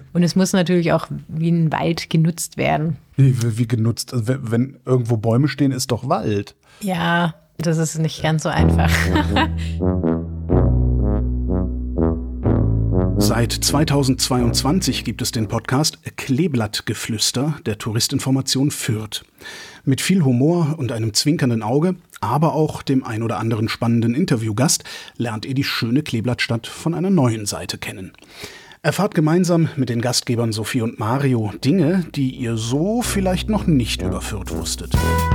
Und es muss natürlich auch wie ein Wald genutzt werden. Wie genutzt? Also wenn irgendwo Bäume stehen, ist doch Wald. Ja, das ist nicht ganz so einfach. Seit 2022 gibt es den Podcast Kleeblattgeflüster der Touristinformation Fürth. Mit viel Humor und einem zwinkernden Auge, aber auch dem ein oder anderen spannenden Interviewgast, lernt ihr die schöne Kleeblattstadt von einer neuen Seite kennen. Erfahrt gemeinsam mit den Gastgebern Sophie und Mario Dinge, die ihr so vielleicht noch nicht über Fürth wusstet.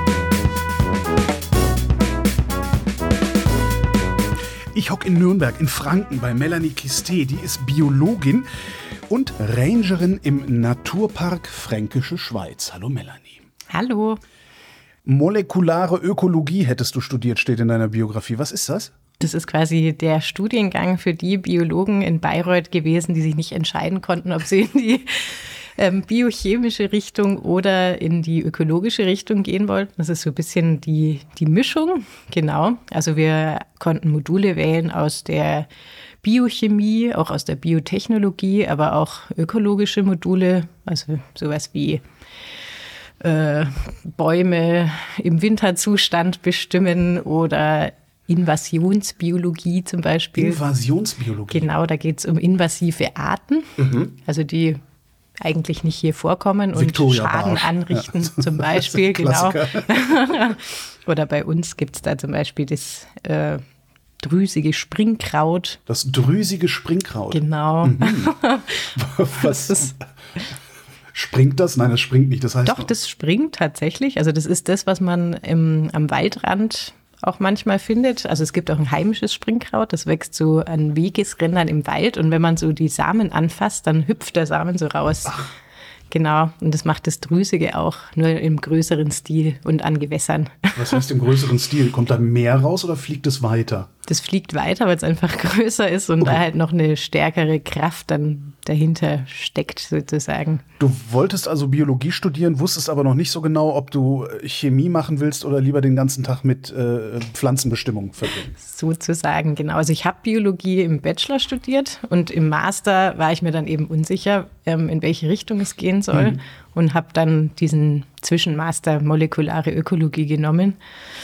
Ich hocke in Nürnberg, in Franken, bei Melanie Kisté. Die ist Biologin und Rangerin im Naturpark Fränkische Schweiz. Hallo Melanie. Hallo. Molekulare Ökologie hättest du studiert, steht in deiner Biografie. Was ist das? Das ist quasi der Studiengang für die Biologen in Bayreuth gewesen, die sich nicht entscheiden konnten, ob sie in die biochemische Richtung oder in die ökologische Richtung gehen wollten. Das ist so ein bisschen die Mischung, genau. Also wir konnten Module wählen aus der Biochemie, auch aus der Biotechnologie, aber auch ökologische Module, also sowas wie Bäume im Winterzustand bestimmen oder Invasionsbiologie zum Beispiel. Invasionsbiologie? Genau, da geht es um invasive Arten, also die eigentlich nicht hier vorkommen und Schaden anrichten, ja. Zum Beispiel. Genau. Oder bei uns gibt es da zum Beispiel das drüsige Springkraut. Das drüsige Springkraut? Genau. Mhm. Was springt das? Nein, das springt nicht. Das heißt doch, das springt tatsächlich. Also das ist das, was man am Waldrand auch manchmal findet. Also es gibt auch ein heimisches Springkraut, das wächst so an Wegesrändern im Wald und wenn man so die Samen anfasst, dann hüpft der Samen so raus. Ach. Genau, und das macht das Drüsige auch, nur im größeren Stil und an Gewässern. Was heißt im größeren Stil? Kommt da mehr raus oder fliegt es weiter? Das fliegt weiter, weil es einfach größer ist und da halt noch eine stärkere Kraft dann dahinter steckt sozusagen. Du wolltest also Biologie studieren, wusstest aber noch nicht so genau, ob du Chemie machen willst oder lieber den ganzen Tag mit Pflanzenbestimmung verbringen. Sozusagen, genau. Also ich habe Biologie im Bachelor studiert und im Master war ich mir dann eben unsicher, in welche Richtung es gehen soll und habe dann diesen Zwischenmaster Molekulare Ökologie genommen.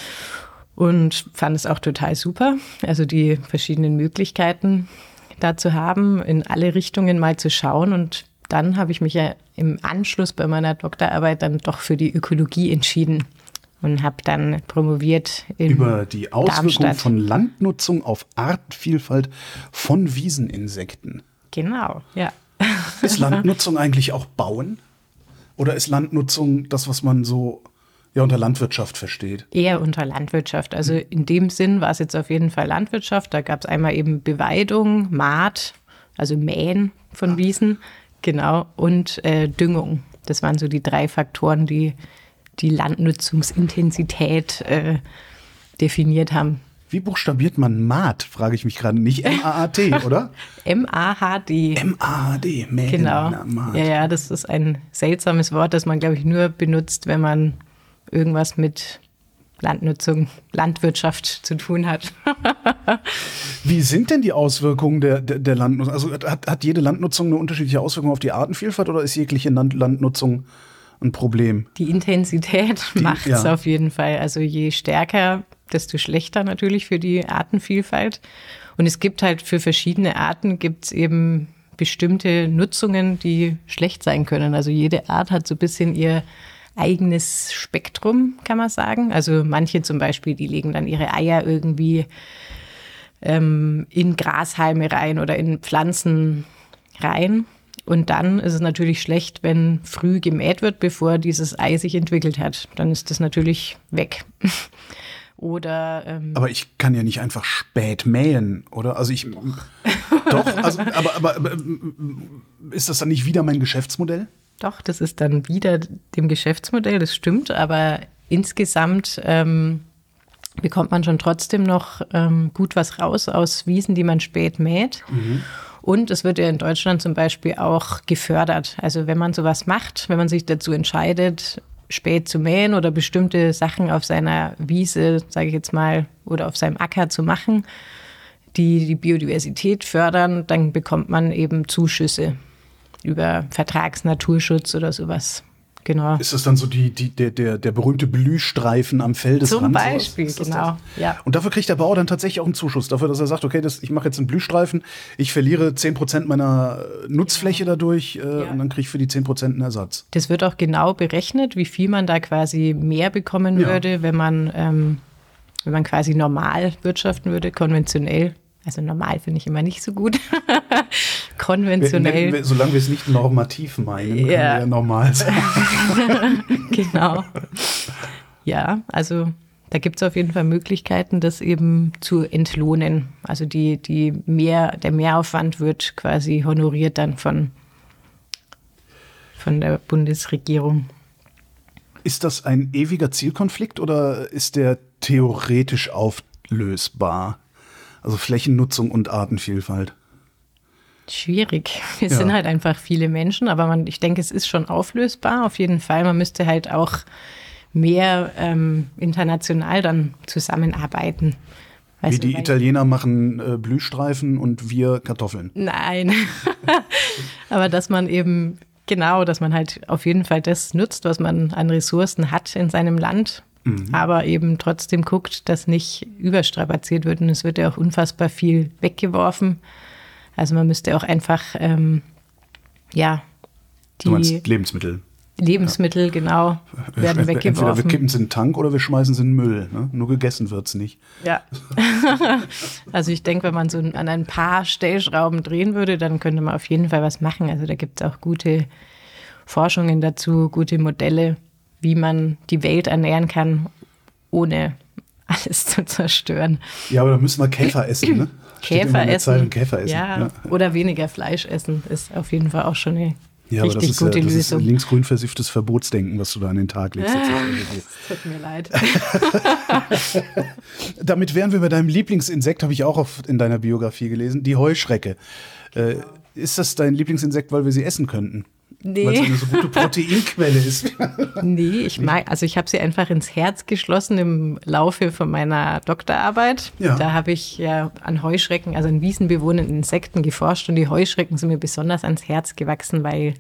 Und fand es auch total super, also die verschiedenen Möglichkeiten da zu haben, in alle Richtungen mal zu schauen. Und dann habe ich mich ja im Anschluss bei meiner Doktorarbeit dann doch für die Ökologie entschieden und habe dann promoviert in über die Auswirkungen Darmstadt. Von Landnutzung auf Artenvielfalt von Wieseninsekten. Genau, ja. Ist Landnutzung eigentlich auch Bauen? Oder ist Landnutzung das, was man so unter Landwirtschaft versteht? Eher unter Landwirtschaft. Also in dem Sinn war es jetzt auf jeden Fall Landwirtschaft. Da gab es einmal eben Beweidung, Maat, also Mähen von Wiesen, genau, und Düngung. Das waren so die 3 Faktoren, die die Landnutzungsintensität definiert haben. Wie buchstabiert man Maat, frage ich mich gerade. Nicht M-A-A-T, oder? M-A-H-D. M-A-H-D, Mähen. Genau. Maat. Ja, das ist ein seltsames Wort, das man, glaube ich, nur benutzt, wenn man irgendwas mit Landnutzung, Landwirtschaft zu tun hat. Wie sind denn die Auswirkungen der Landnutzung? Also hat jede Landnutzung eine unterschiedliche Auswirkung auf die Artenvielfalt oder ist jegliche Landnutzung ein Problem? Die Intensität macht es auf jeden Fall. Also je stärker, desto schlechter natürlich für die Artenvielfalt. Und es gibt halt für verschiedene Arten gibt's eben bestimmte Nutzungen, die schlecht sein können. Also jede Art hat so ein bisschen ihr eigenes Spektrum, kann man sagen. Also manche zum Beispiel, die legen dann ihre Eier irgendwie in Grashalme rein oder in Pflanzen rein. Und dann ist es natürlich schlecht, wenn früh gemäht wird, bevor dieses Ei sich entwickelt hat. Dann ist das natürlich weg. Oder aber ich kann ja nicht einfach spät mähen, oder? Also doch, also, aber ist das dann nicht wieder mein Geschäftsmodell? Doch, das ist dann wieder dem Geschäftsmodell, das stimmt, aber insgesamt bekommt man schon trotzdem noch gut was raus aus Wiesen, die man spät mäht. Mhm. Und es wird ja in Deutschland zum Beispiel auch gefördert. Also wenn man sowas macht, wenn man sich dazu entscheidet, spät zu mähen oder bestimmte Sachen auf seiner Wiese, sage ich jetzt mal, oder auf seinem Acker zu machen, die die Biodiversität fördern, dann bekommt man eben Zuschüsse. über Vertragsnaturschutz oder sowas. Genau. Ist das dann so der berühmte Blühstreifen am Feldesrand? Zum Beispiel, genau. Ja. Und dafür kriegt der Bauer dann tatsächlich auch einen Zuschuss dafür, dass er sagt, okay, ich mache jetzt einen Blühstreifen, ich verliere 10% meiner Nutzfläche dadurch und dann kriege ich für die 10% einen Ersatz. Das wird auch genau berechnet, wie viel man da quasi mehr bekommen würde, wenn man quasi normal wirtschaften würde, konventionell. Also normal finde ich immer nicht so gut. Konventionell. Solange wir es nicht normativ meinen, können wir ja normal sein. Genau. Ja, also da gibt es auf jeden Fall Möglichkeiten, das eben zu entlohnen. Also der Mehraufwand wird quasi honoriert dann von der Bundesregierung. Ist das ein ewiger Zielkonflikt oder ist der theoretisch auflösbar? Also Flächennutzung und Artenvielfalt. Schwierig. Wir sind halt einfach viele Menschen, aber ich denke, es ist schon auflösbar. Auf jeden Fall. Man müsste halt auch mehr international dann zusammenarbeiten. Wie die Italiener machen Blühstreifen und wir Kartoffeln. Nein. Aber dass man halt auf jeden Fall das nutzt, was man an Ressourcen hat in seinem Land. Aber eben trotzdem guckt, dass nicht überstrapaziert wird. Und es wird ja auch unfassbar viel weggeworfen. Also man müsste auch einfach, Du meinst Lebensmittel? Lebensmittel, genau, werden weggeworfen. Entweder wir kippen es in den Tank oder wir schmeißen es in den Müll. Ne? Nur gegessen wird es nicht. Ja. Also ich denke, wenn man so an ein paar Stellschrauben drehen würde, dann könnte man auf jeden Fall was machen. Also da gibt es auch gute Forschungen dazu, gute Modelle, wie man die Welt ernähren kann, ohne alles zu zerstören. Ja, aber da müssen wir Käfer essen, ne? Käfer essen. Käfer essen. Ja, oder weniger Fleisch essen ist auf jeden Fall auch schon eine richtig gute Lösung. Das ist linksgrün versifftes Verbotsdenken, was du da an den Tag legst. Das tut mir leid. Damit wären wir bei deinem Lieblingsinsekt, habe ich auch in deiner Biografie gelesen, die Heuschrecke. Ist das dein Lieblingsinsekt, weil wir sie essen könnten? Nee. Weil es eine so gute Proteinquelle ist. Nee, ich habe sie einfach ins Herz geschlossen im Laufe von meiner Doktorarbeit. Ja. Da habe ich ja an Heuschrecken, also an wiesenbewohnenden Insekten geforscht und die Heuschrecken sind mir besonders ans Herz gewachsen, weil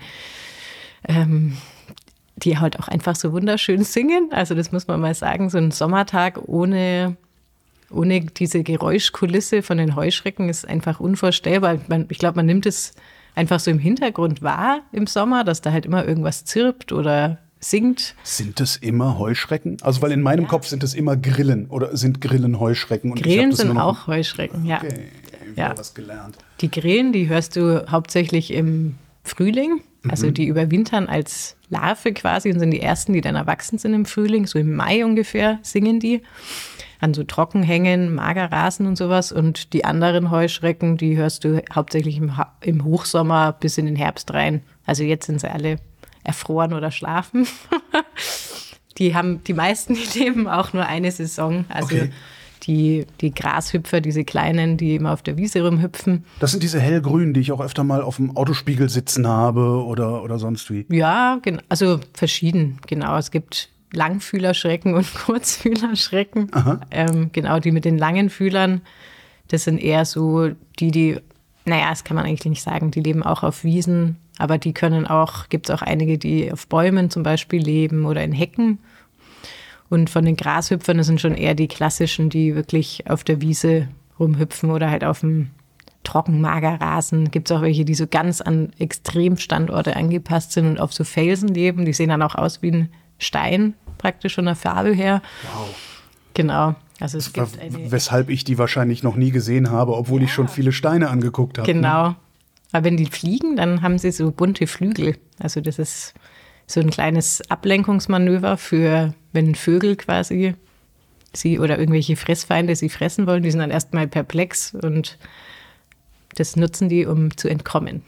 die halt auch einfach so wunderschön singen. Also das muss man mal sagen, so ein Sommertag ohne diese Geräuschkulisse von den Heuschrecken ist einfach unvorstellbar. Ich glaube, man nimmt es einfach so im Hintergrund wahr im Sommer, dass da halt immer irgendwas zirpt oder singt. Sind es immer Heuschrecken? Also weil in meinem Kopf sind es immer Grillen oder sind Grillen Heuschrecken? Und Grillen sind auch Heuschrecken, ja. Okay, ja. Was gelernt. Die Grillen, die hörst du hauptsächlich im Frühling. Also die überwintern als Larve quasi und sind die ersten, die dann erwachsen sind im Frühling. So im Mai ungefähr singen die. An so Trockenhängen, Magerrasen und sowas. Und die anderen Heuschrecken, die hörst du hauptsächlich im Hochsommer bis in den Herbst rein. Also jetzt sind sie alle erfroren oder schlafen. Die meisten, die leben auch nur eine Saison. Also okay. Die Grashüpfer, diese kleinen, die immer auf der Wiese rumhüpfen. Das sind diese hellgrünen, die ich auch öfter mal auf dem Autospiegel sitzen habe oder sonst wie. Ja, also verschieden, genau. Es gibt Langfühlerschrecken und Kurzfühlerschrecken. Genau, die mit den langen Fühlern, das sind eher so das kann man eigentlich nicht sagen, die leben auch auf Wiesen, aber die gibt es auch einige, die auf Bäumen zum Beispiel leben oder in Hecken. Und von den Grashüpfern, das sind schon eher die klassischen, die wirklich auf der Wiese rumhüpfen oder halt auf dem Trockenmagerrasen. Gibt es auch welche, die so ganz an Extremstandorte angepasst sind und auf so Felsen leben. Die sehen dann auch aus wie ein Stein, praktisch von der Farbe her. Wow. Genau. Also weshalb ich die wahrscheinlich noch nie gesehen habe, obwohl ich schon viele Steine angeguckt habe. Genau. Ne? Aber wenn die fliegen, dann haben sie so bunte Flügel. Also das ist so ein kleines Ablenkungsmanöver für, wenn Vögel quasi sie oder irgendwelche Fressfeinde sie fressen wollen. Die sind dann erstmal perplex und das nutzen die, um zu entkommen.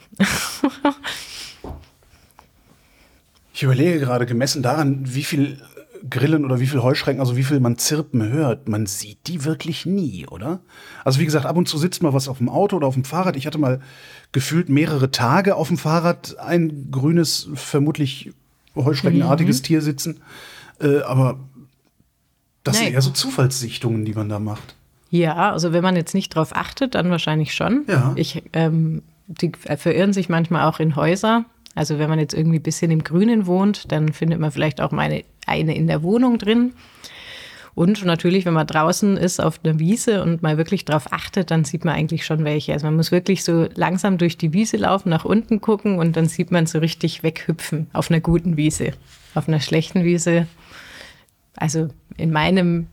Ich überlege gerade, gemessen daran, wie viel Grillen oder wie viel Heuschrecken, also wie viel man Zirpen hört, man sieht die wirklich nie, oder? Also wie gesagt, ab und zu sitzt mal was auf dem Auto oder auf dem Fahrrad. Ich hatte mal gefühlt mehrere Tage auf dem Fahrrad ein grünes, vermutlich heuschreckenartiges Tier sitzen. Aber das sind eher so Zufallssichtungen, die man da macht. Ja, also wenn man jetzt nicht drauf achtet, dann wahrscheinlich schon. Ja. Ich die verirren sich manchmal auch in Häuser. Also wenn man jetzt irgendwie ein bisschen im Grünen wohnt, dann findet man vielleicht auch mal eine in der Wohnung drin. Und natürlich, wenn man draußen ist auf einer Wiese und mal wirklich drauf achtet, dann sieht man eigentlich schon welche. Also man muss wirklich so langsam durch die Wiese laufen, nach unten gucken und dann sieht man so richtig weghüpfen auf einer guten Wiese. Auf einer schlechten Wiese, also in meiner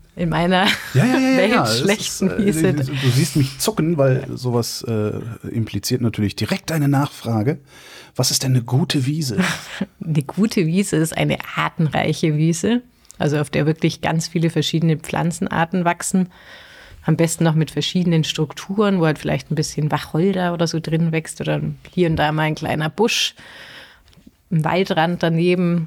Welt schlechten Wiese. Du siehst mich zucken, weil sowas impliziert natürlich direkt eine Nachfrage. Was ist denn eine gute Wiese? Eine gute Wiese ist eine artenreiche Wiese, also auf der wirklich ganz viele verschiedene Pflanzenarten wachsen. Am besten noch mit verschiedenen Strukturen, wo halt vielleicht ein bisschen Wacholder oder so drin wächst oder hier und da mal ein kleiner Busch, ein Waldrand daneben.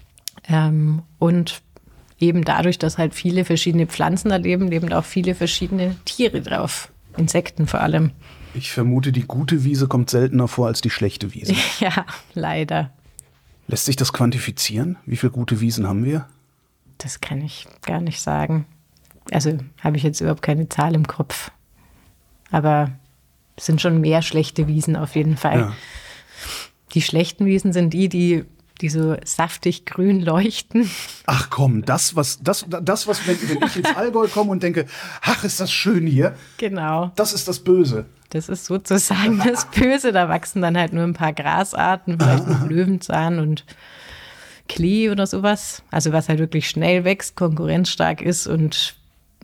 Und eben dadurch, dass halt viele verschiedene Pflanzen da leben, leben auch viele verschiedene Tiere drauf. Insekten vor allem. Ich vermute, die gute Wiese kommt seltener vor als die schlechte Wiese. Ja, leider. Lässt sich das quantifizieren? Wie viele gute Wiesen haben wir? Das kann ich gar nicht sagen. Also habe ich jetzt überhaupt keine Zahl im Kopf. Aber es sind schon mehr schlechte Wiesen auf jeden Fall. Ja. Die schlechten Wiesen sind die so saftig grün leuchten. Ach komm, das was wenn ich ins Allgäu komme und denke, ach, ist das schön hier. Genau. Das ist das Böse. Das ist sozusagen das Böse. Da wachsen dann halt nur ein paar Grasarten, vielleicht noch Löwenzahn und Klee oder sowas. Also was halt wirklich schnell wächst, konkurrenzstark ist und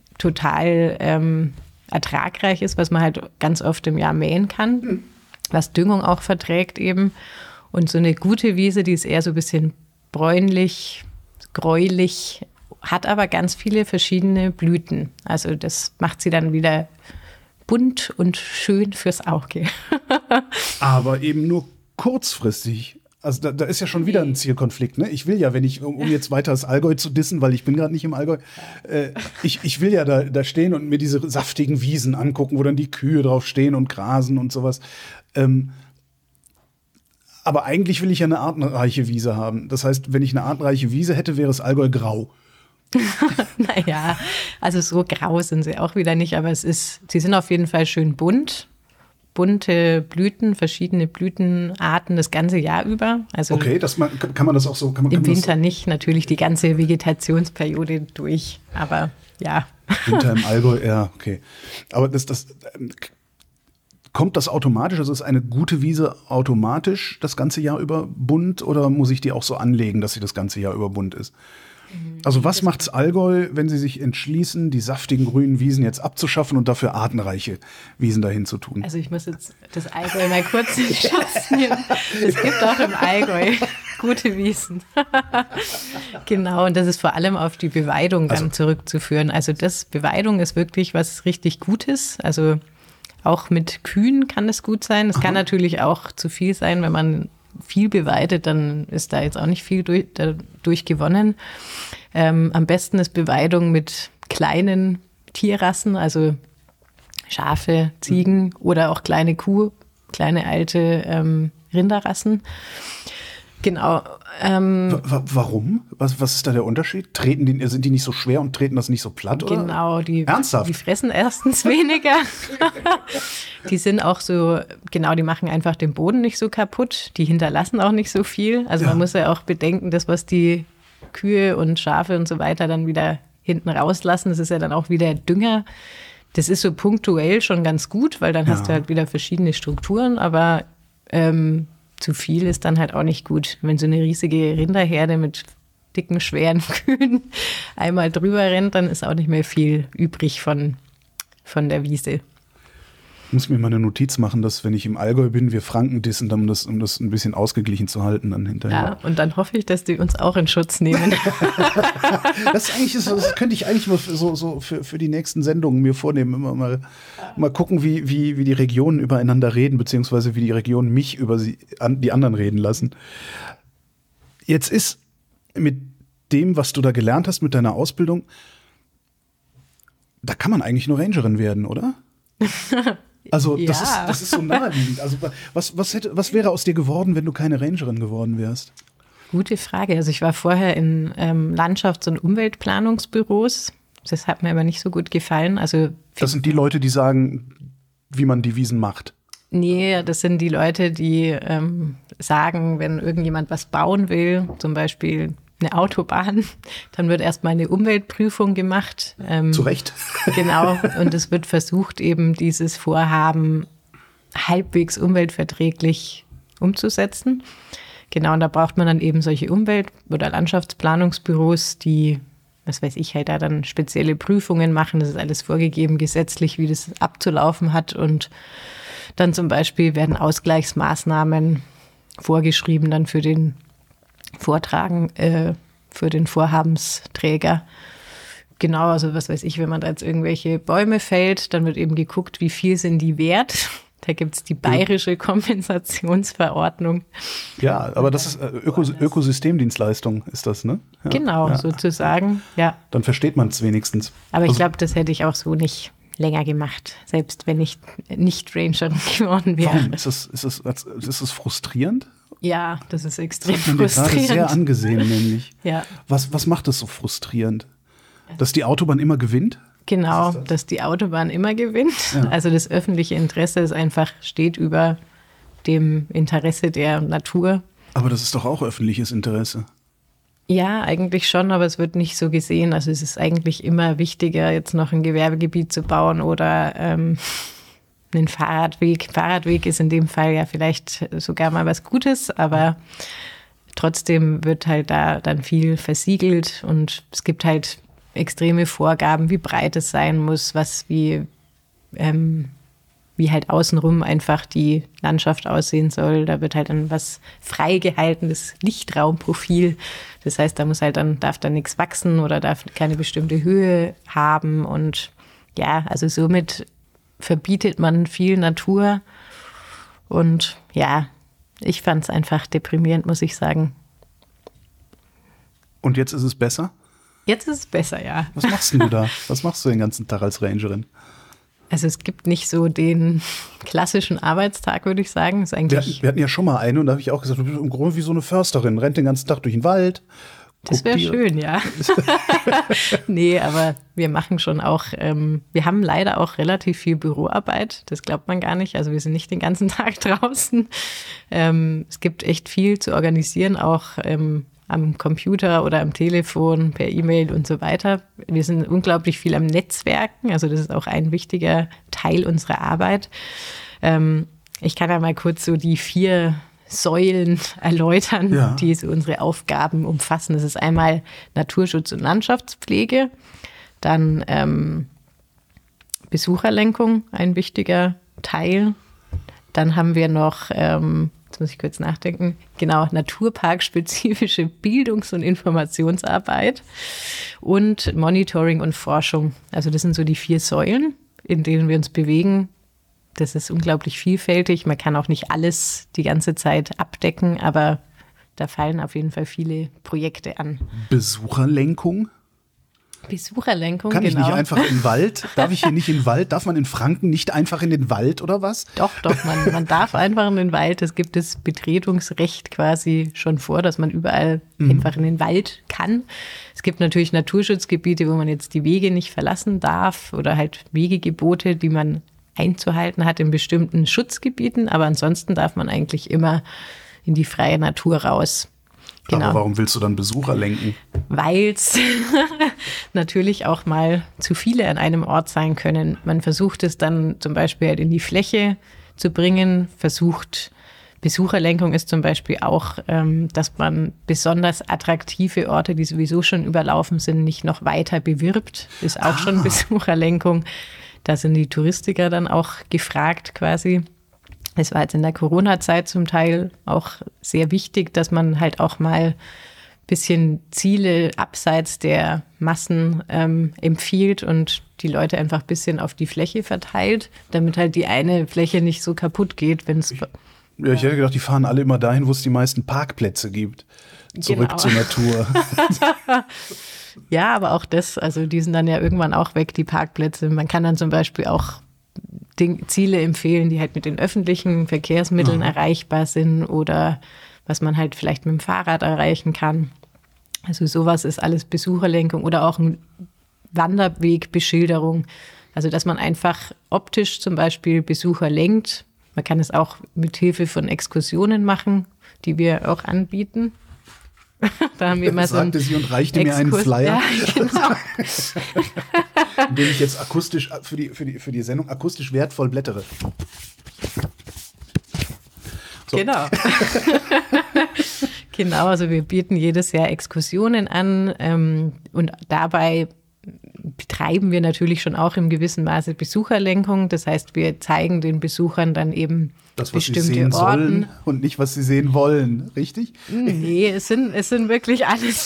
total ertragreich ist, was man halt ganz oft im Jahr mähen kann, was Düngung auch verträgt eben. Und so eine gute Wiese, die ist eher so ein bisschen bräunlich, gräulich, hat aber ganz viele verschiedene Blüten. Also das macht sie dann wieder bunt und schön fürs Auge. Aber eben nur kurzfristig. Also da ist ja schon wieder ein Zielkonflikt. Ne? Ich will ja, um jetzt weiter das Allgäu zu dissen, weil ich bin gerade nicht im Allgäu, ich will ja da stehen und mir diese saftigen Wiesen angucken, wo dann die Kühe drauf stehen und grasen und sowas. Aber eigentlich will ich ja eine artenreiche Wiese haben. Das heißt, wenn ich eine artenreiche Wiese hätte, wäre das Allgäu grau. Naja, also so grau sind sie auch wieder nicht, aber sie sind auf jeden Fall schön bunt. Bunte Blüten, verschiedene Blütenarten das ganze Jahr über. Also okay, kann man das auch so? Im Winter nicht, natürlich die ganze Vegetationsperiode durch, aber ja. Winter im Allgäu, ja, okay. Aber kommt das automatisch? Also ist eine gute Wiese automatisch das ganze Jahr über bunt oder muss ich die auch so anlegen, dass sie das ganze Jahr über bunt ist? Also was macht's Allgäu, wenn sie sich entschließen, die saftigen grünen Wiesen jetzt abzuschaffen und dafür artenreiche Wiesen dahin zu tun? Also ich muss jetzt das Allgäu mal kurz in Schutz nehmen. Es gibt auch im Allgäu gute Wiesen. Genau, und das ist vor allem auf die Beweidung dann zurückzuführen. Also Beweidung ist wirklich was richtig Gutes. Also auch mit Kühen kann es gut sein. Es kann natürlich auch zu viel sein, wenn man viel beweidet, dann ist da jetzt auch nicht viel dadurch gewonnen. Am besten ist Beweidung mit kleinen Tierrassen, also Schafe, Ziegen oder auch kleine kleine alte Rinderrassen. Genau. Warum? Was ist da der Unterschied? Sind die nicht so schwer und treten das nicht so platt? Genau, oder? Ernsthaft? Die fressen erstens weniger. Die sind auch so, genau, die machen einfach den Boden nicht so kaputt. Die hinterlassen auch nicht so viel. Also man muss ja auch bedenken, das, was die Kühe und Schafe und so weiter dann wieder hinten rauslassen, das ist ja dann auch wieder Dünger. Das ist so punktuell schon ganz gut, weil dann hast du halt wieder verschiedene Strukturen, aber zu viel ist dann halt auch nicht gut. Wenn so eine riesige Rinderherde mit dicken, schweren Kühen einmal drüber rennt, dann ist auch nicht mehr viel übrig von der Wiese. Ich muss mir mal eine Notiz machen, dass, wenn ich im Allgäu bin, wir Franken dissen, um das ein bisschen ausgeglichen zu halten dann hinterher. Ja, und dann hoffe ich, dass die uns auch in Schutz nehmen. Das könnte ich eigentlich mal für die nächsten Sendungen mir vornehmen. Immer mal gucken, wie die Regionen übereinander reden, beziehungsweise wie die Regionen mich über die anderen reden lassen. Jetzt ist mit dem, was du da gelernt hast, mit deiner Ausbildung, da kann man eigentlich nur Rangerin werden, oder? Also das ist so naheliegend. Also was wäre aus dir geworden, wenn du keine Rangerin geworden wärst? Gute Frage. Also ich war vorher in Landschafts- und Umweltplanungsbüros. Das hat mir aber nicht so gut gefallen. Also das sind die Leute, die sagen, wie man die Wiesen macht. Nee, das sind die Leute, die sagen, wenn irgendjemand was bauen will, zum Beispiel eine Autobahn, dann wird erstmal eine Umweltprüfung gemacht. Zu Recht. Genau, und es wird versucht, eben dieses Vorhaben halbwegs umweltverträglich umzusetzen. Genau, und da braucht man dann eben solche Umwelt- oder Landschaftsplanungsbüros, die, was weiß ich, halt da dann spezielle Prüfungen machen. Das ist alles vorgegeben gesetzlich, wie das abzulaufen hat. Und dann zum Beispiel werden Ausgleichsmaßnahmen vorgeschrieben dann für den für den Vorhabensträger. Genau, also was weiß ich, wenn man da jetzt irgendwelche Bäume fällt, dann wird eben geguckt, wie viel sind die wert. Da gibt es die bayerische Kompensationsverordnung. Ja, aber das ist Ökosystemdienstleistung, ist das, ne? Ja, genau, ja. Sozusagen, ja. Dann versteht man es wenigstens. Aber ich glaube, das hätte ich auch so nicht länger gemacht, selbst wenn ich nicht Rangerin geworden wäre. Warum? Ist es frustrierend? Ja, das ist extrem Das hat man dir gerade frustrierend. sehr angesehen, nämlich. Ja. Was macht es so frustrierend? Dass die Autobahn immer gewinnt? Genau, dass die Autobahn immer gewinnt. Ja. Also das öffentliche Interesse ist einfach, steht über dem Interesse der Natur. Aber das ist doch auch öffentliches Interesse. Ja, eigentlich schon, aber es wird nicht so gesehen. Also es ist eigentlich immer wichtiger, jetzt noch ein Gewerbegebiet zu bauen oder einen Fahrradweg. Fahrradweg ist in dem Fall ja vielleicht sogar mal was Gutes, aber trotzdem wird halt da dann viel versiegelt und es gibt halt extreme Vorgaben, wie breit es sein muss, wie halt außenrum einfach die Landschaft aussehen soll. Da wird halt dann was freigehaltenes Lichtraumprofil. Das heißt, darf da nichts wachsen oder darf keine bestimmte Höhe haben. Und ja, also somit verbietet man viel Natur. Und ja, ich fand es einfach deprimierend, muss ich sagen. Und jetzt ist es besser? Jetzt ist es besser, ja. Was machst denn du da? Was machst du den ganzen Tag als Rangerin? Also es gibt nicht so den klassischen Arbeitstag, würde ich sagen. Ist eigentlich Wir hatten ja schon mal einen und da habe ich auch gesagt, du bist im Grunde wie so eine Försterin, rennt den ganzen Tag durch den Wald. Das wäre schön, ja. Nee, aber wir machen schon auch, wir haben leider auch relativ viel Büroarbeit. Das glaubt man gar nicht. Also wir sind nicht den ganzen Tag draußen. Es gibt echt viel zu organisieren, auch am Computer oder am Telefon, per E-Mail und so weiter. Wir sind unglaublich viel am Netzwerken. Also das ist auch ein wichtiger Teil unserer Arbeit. Ich kann ja mal kurz so die 4 Säulen erläutern, ja, die so unsere Aufgaben umfassen. Das ist einmal Naturschutz und Landschaftspflege, dann Besucherlenkung, ein wichtiger Teil. Dann haben wir noch, jetzt muss ich kurz nachdenken, genau, naturparkspezifische Bildungs- und Informationsarbeit und Monitoring und Forschung. Also das sind so die 4 Säulen, in denen wir uns bewegen. Das ist unglaublich vielfältig. Man kann auch nicht alles die ganze Zeit abdecken, aber da fallen auf jeden Fall viele Projekte an. Besucherlenkung? Besucherlenkung, Kann ich genau. nicht einfach in den Wald? Darf ich hier nicht in den Wald? Darf man in Franken nicht einfach in den Wald oder was? Doch, man darf einfach in den Wald. Es gibt das Betretungsrecht quasi schon vor, dass man überall einfach in den Wald kann. Es gibt natürlich Naturschutzgebiete, wo man jetzt die Wege nicht verlassen darf oder halt Wegegebote, die man einzuhalten hat in bestimmten Schutzgebieten. Aber ansonsten darf man eigentlich immer in die freie Natur raus. Genau. Aber warum willst du dann Besucher lenken? Weil es natürlich auch mal zu viele an einem Ort sein können. Man versucht es dann zum Beispiel halt in die Fläche zu bringen, Besucherlenkung ist zum Beispiel auch, dass man besonders attraktive Orte, die sowieso schon überlaufen sind, nicht noch weiter bewirbt. Ist auch schon Besucherlenkung. Da sind die Touristiker dann auch gefragt quasi. Es war jetzt in der Corona-Zeit zum Teil auch sehr wichtig, dass man halt auch mal ein bisschen Ziele abseits der Massen empfiehlt und die Leute einfach ein bisschen auf die Fläche verteilt, damit halt die eine Fläche nicht so kaputt geht, wenn es... Ja, ich hätte gedacht, die fahren alle immer dahin, wo es die meisten Parkplätze gibt. Zurück zur Natur. Ja, aber auch das, also die sind dann ja irgendwann auch weg, die Parkplätze. Man kann dann zum Beispiel auch Ziele empfehlen, die halt mit den öffentlichen Verkehrsmitteln erreichbar sind oder was man halt vielleicht mit dem Fahrrad erreichen kann. Also sowas ist alles Besucherlenkung oder auch eine Wanderwegbeschilderung. Also dass man einfach optisch zum Beispiel Besucher lenkt, Man kann es auch mit Hilfe von Exkursionen machen, die wir auch anbieten. Da haben wir immer sagte sie und reichte mir einen Flyer. Ja, genau. In dem ich jetzt akustisch für die Sendung akustisch wertvoll blättere. So. Genau. Genau, also wir bieten jedes Jahr Exkursionen an und dabei betreiben wir natürlich schon auch im gewissen Maße Besucherlenkung. Das heißt, wir zeigen den Besuchern dann eben das, was bestimmte sie sehen Orten. Sollen und nicht, was sie sehen wollen, richtig? Nee, es sind wirklich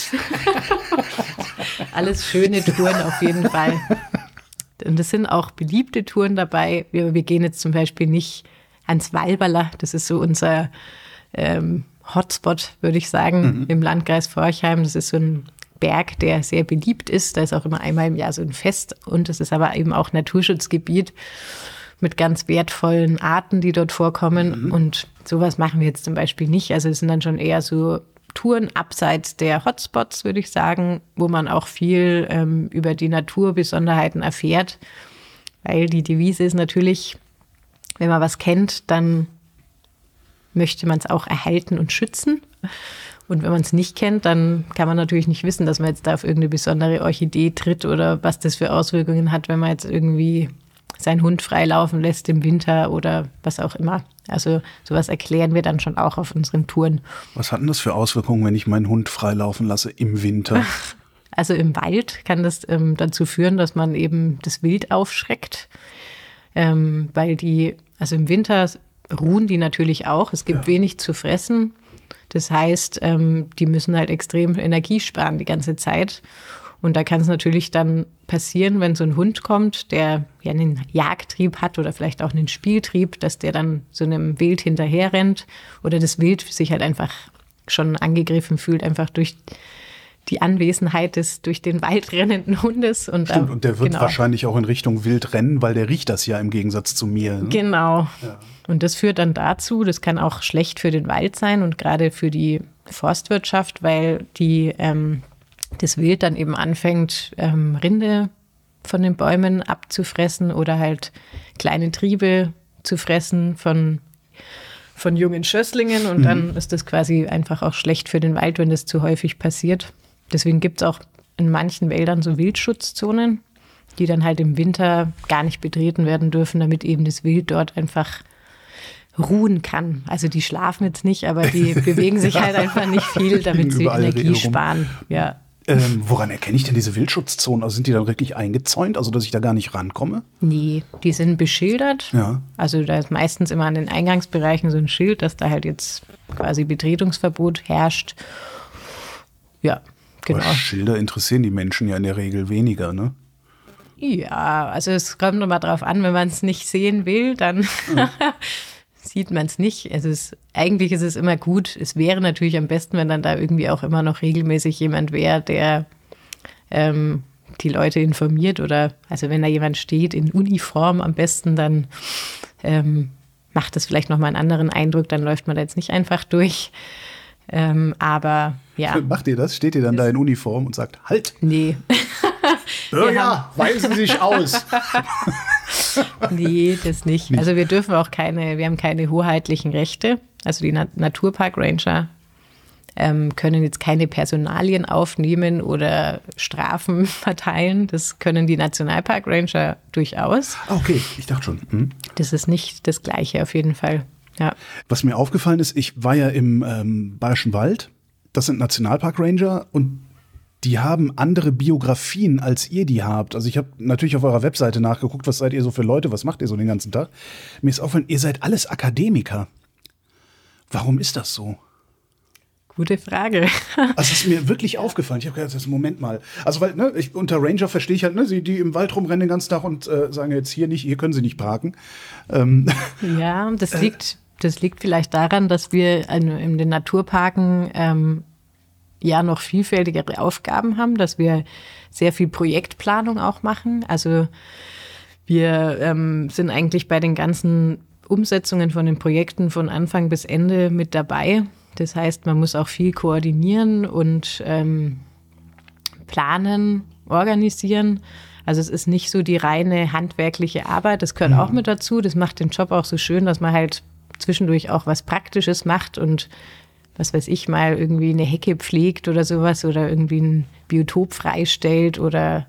alles schöne Touren auf jeden Fall. Und es sind auch beliebte Touren dabei. Wir gehen jetzt zum Beispiel nicht ans Walberla, das ist so unser Hotspot, würde ich sagen, im Landkreis Forchheim. Das ist so ein Berg, der sehr beliebt ist. Da ist auch immer einmal im Jahr so ein Fest und es ist aber eben auch Naturschutzgebiet mit ganz wertvollen Arten, die dort vorkommen. Und sowas machen wir jetzt zum Beispiel nicht. Also es sind dann schon eher so Touren abseits der Hotspots, würde ich sagen, wo man auch viel über die Naturbesonderheiten erfährt. Weil die Devise ist natürlich, wenn man was kennt, dann möchte man es auch erhalten und schützen. Und wenn man es nicht kennt, dann kann man natürlich nicht wissen, dass man jetzt da auf irgendeine besondere Orchidee tritt oder was das für Auswirkungen hat, wenn man jetzt irgendwie seinen Hund frei laufen lässt im Winter oder was auch immer. Also sowas erklären wir dann schon auch auf unseren Touren. Was hat denn das für Auswirkungen, wenn ich meinen Hund frei laufen lasse im Winter? Also im Wald kann das dazu führen, dass man eben das Wild aufschreckt, weil also im Winter ruhen die natürlich auch. Es gibt wenig zu fressen. Das heißt, die müssen halt extrem Energie sparen die ganze Zeit. Und da kann es natürlich dann passieren, wenn so ein Hund kommt, der ja einen Jagdtrieb hat oder vielleicht auch einen Spieltrieb, dass der dann so einem Wild hinterher rennt oder das Wild sich halt einfach schon angegriffen fühlt, einfach durch die Anwesenheit des durch den Wald rennenden Hundes. Und stimmt, und der wird wahrscheinlich auch in Richtung Wild rennen, weil der riecht das ja im Gegensatz zu mir. Ne? Genau. Ja. Und das führt dann dazu, das kann auch schlecht für den Wald sein und gerade für die Forstwirtschaft, weil das Wild dann eben anfängt, Rinde von den Bäumen abzufressen oder halt kleine Triebe zu fressen von jungen Schösslingen. Und dann ist das quasi einfach auch schlecht für den Wald, wenn das zu häufig passiert. Deswegen gibt es auch in manchen Wäldern so Wildschutzzonen, die dann halt im Winter gar nicht betreten werden dürfen, damit eben das Wild dort einfach ruhen kann. Also die schlafen jetzt nicht, aber die bewegen sich halt einfach nicht viel, damit sie Energie sparen. Ja. Woran erkenne ich denn diese Wildschutzzonen? Also sind die dann wirklich eingezäunt, also dass ich da gar nicht rankomme? Nee, die sind beschildert. Ja. Also da ist meistens immer an den Eingangsbereichen so ein Schild, dass da halt jetzt quasi Betretungsverbot herrscht. Ja, genau. Aber Schilder interessieren die Menschen ja in der Regel weniger, ne? Ja, also es kommt nochmal drauf an, wenn man es nicht sehen will, dann sieht man es nicht. Also eigentlich ist es immer gut. Es wäre natürlich am besten, wenn dann da irgendwie auch immer noch regelmäßig jemand wäre, der die Leute informiert oder also wenn da jemand steht in Uniform am besten, dann macht das vielleicht nochmal einen anderen Eindruck, dann läuft man da jetzt nicht einfach durch. Aber ja. Macht ihr das? Steht ihr dann da in Uniform und sagt, halt? Nee. Ja, weisen Sie sich aus. Nee, das nicht. Also wir haben keine hoheitlichen Rechte. Also die Naturpark-Ranger können jetzt keine Personalien aufnehmen oder Strafen verteilen. Das können die Nationalpark-Ranger durchaus. Okay, ich dachte schon. Das ist nicht das Gleiche auf jeden Fall. Ja. Was mir aufgefallen ist, ich war ja im Bayerischen Wald. Das sind Nationalpark-Ranger und die haben andere Biografien, als ihr die habt. Also ich habe natürlich auf eurer Webseite nachgeguckt, was seid ihr so für Leute, was macht ihr so den ganzen Tag? Mir ist aufgefallen, ihr seid alles Akademiker. Warum ist das so? Gute Frage. Also das ist mir wirklich aufgefallen. Ich habe gedacht, Moment mal. Also weil unter Ranger verstehe ich halt, die im Wald rumrennen den ganzen Tag und sagen jetzt hier können sie nicht parken. Ja, das liegt vielleicht daran, dass wir in den Naturparken ja noch vielfältigere Aufgaben haben, dass wir sehr viel Projektplanung auch machen. Also wir sind eigentlich bei den ganzen Umsetzungen von den Projekten von Anfang bis Ende mit dabei. Das heißt, man muss auch viel koordinieren und planen, organisieren. Also es ist nicht so die reine handwerkliche Arbeit, das gehört auch mit dazu. Das macht den Job auch so schön, dass man halt zwischendurch auch was Praktisches macht und was weiß ich, mal irgendwie eine Hecke pflegt oder sowas oder irgendwie ein Biotop freistellt oder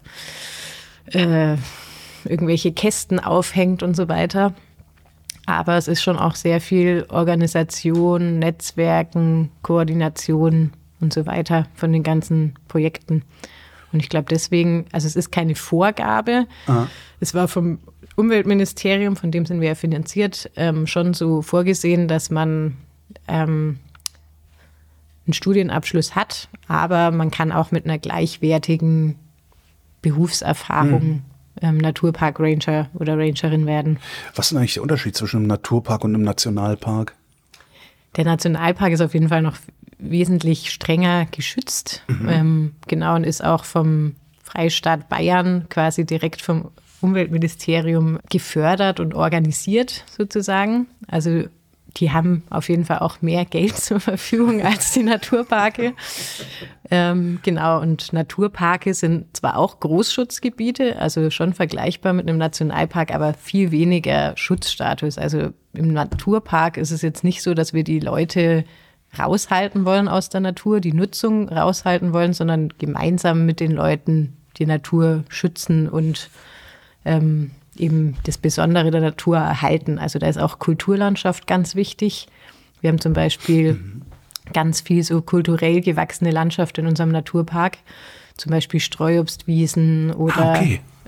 irgendwelche Kästen aufhängt und so weiter. Aber es ist schon auch sehr viel Organisation, Netzwerken, Koordination und so weiter von den ganzen Projekten. Und ich glaube deswegen, also es ist keine Vorgabe. Aha. Es war vom Umweltministerium, von dem sind wir ja finanziert, schon so vorgesehen, dass man einen Studienabschluss hat, aber man kann auch mit einer gleichwertigen Berufserfahrung Naturpark-Ranger oder Rangerin werden. Was ist denn eigentlich der Unterschied zwischen einem Naturpark und einem Nationalpark? Der Nationalpark ist auf jeden Fall noch wesentlich strenger geschützt. Genau, und ist auch vom Freistaat Bayern quasi direkt vom Umweltministerium gefördert und organisiert sozusagen. Also die haben auf jeden Fall auch mehr Geld zur Verfügung als die Naturparke. Genau, und Naturparke sind zwar auch Großschutzgebiete, also schon vergleichbar mit einem Nationalpark, aber viel weniger Schutzstatus. Also im Naturpark ist es jetzt nicht so, dass wir die Leute raushalten wollen aus der Natur, die Nutzung raushalten wollen, sondern gemeinsam mit den Leuten die Natur schützen und eben das Besondere der Natur erhalten. Also da ist auch Kulturlandschaft ganz wichtig. Wir haben zum Beispiel ganz viel so kulturell gewachsene Landschaft in unserem Naturpark. Zum Beispiel Streuobstwiesen oder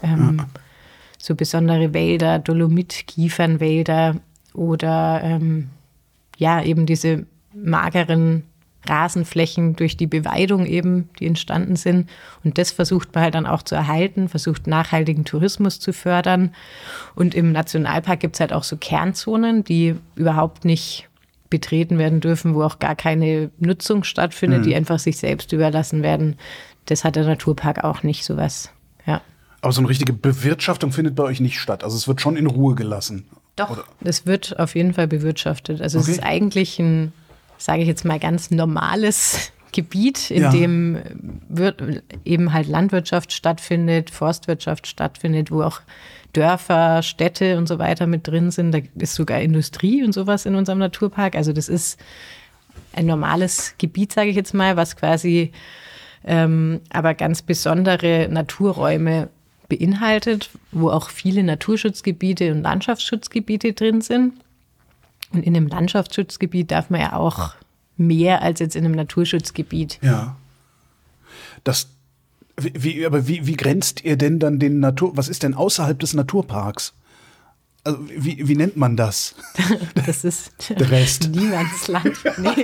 so besondere Wälder, Dolomit-Kiefernwälder oder eben diese mageren Rasenflächen durch die Beweidung eben, die entstanden sind. Und das versucht man halt dann auch zu erhalten, versucht nachhaltigen Tourismus zu fördern. Und im Nationalpark gibt es halt auch so Kernzonen, die überhaupt nicht betreten werden dürfen, wo auch gar keine Nutzung stattfindet, die einfach sich selbst überlassen werden. Das hat der Naturpark auch nicht, sowas. Ja. Aber so eine richtige Bewirtschaftung findet bei euch nicht statt. Also es wird schon in Ruhe gelassen. Doch, das wird auf jeden Fall bewirtschaftet. Also es ist eigentlich ein, sage ich jetzt mal, ganz normales Gebiet, in dem eben halt Landwirtschaft stattfindet, Forstwirtschaft stattfindet, wo auch Dörfer, Städte und so weiter mit drin sind. Da ist sogar Industrie und sowas in unserem Naturpark. Also das ist ein normales Gebiet, sage ich jetzt mal, was quasi aber ganz besondere Naturräume beinhaltet, wo auch viele Naturschutzgebiete und Landschaftsschutzgebiete drin sind. Und in einem Landschaftsschutzgebiet darf man ja auch mehr als jetzt in einem Naturschutzgebiet. Ja. Wie grenzt ihr denn dann den was ist denn außerhalb des Naturparks? Also wie nennt man das? Das ist der Rest. Niemandsland. Nee.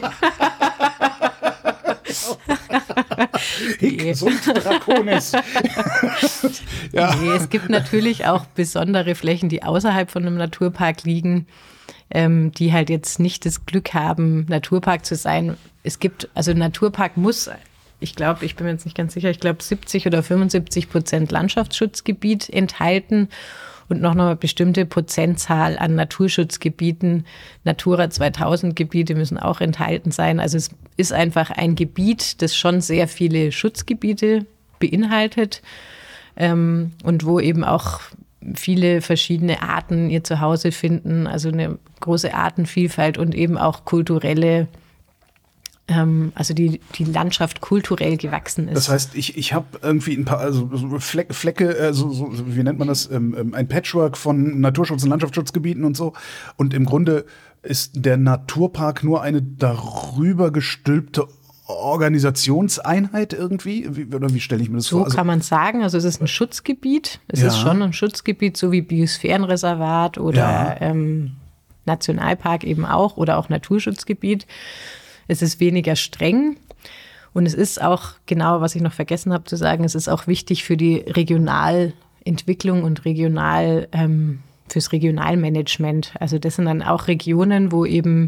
Hic sunt Draconis. Ja. Nee, es gibt natürlich auch besondere Flächen, die außerhalb von einem Naturpark liegen, die halt jetzt nicht das Glück haben, Naturpark zu sein. Es gibt, also ein Naturpark muss, ich glaube, ich bin mir jetzt nicht ganz sicher, ich glaube 70 oder 75% Landschaftsschutzgebiet enthalten und noch eine bestimmte Prozentzahl an Naturschutzgebieten. Natura 2000 Gebiete müssen auch enthalten sein. Also es ist einfach ein Gebiet, das schon sehr viele Schutzgebiete beinhaltet und wo eben auch viele verschiedene Arten ihr Zuhause finden, also eine große Artenvielfalt und eben auch kulturelle, also die Landschaft kulturell gewachsen ist. Das heißt, ich habe irgendwie ein paar Flecke, wie nennt man das, ein Patchwork von Naturschutz- und Landschaftsschutzgebieten und so. Und im Grunde ist der Naturpark nur eine darüber gestülpte Organisationseinheit irgendwie? Wie stelle ich mir das vor? So kann man sagen. Also es ist ein Schutzgebiet. Es ist schon ein Schutzgebiet, so wie Biosphärenreservat oder Nationalpark eben auch oder auch Naturschutzgebiet. Es ist weniger streng und es ist auch, genau, was ich noch vergessen habe zu sagen, es ist auch wichtig für die Regionalentwicklung und fürs Regionalmanagement. Also das sind dann auch Regionen, wo eben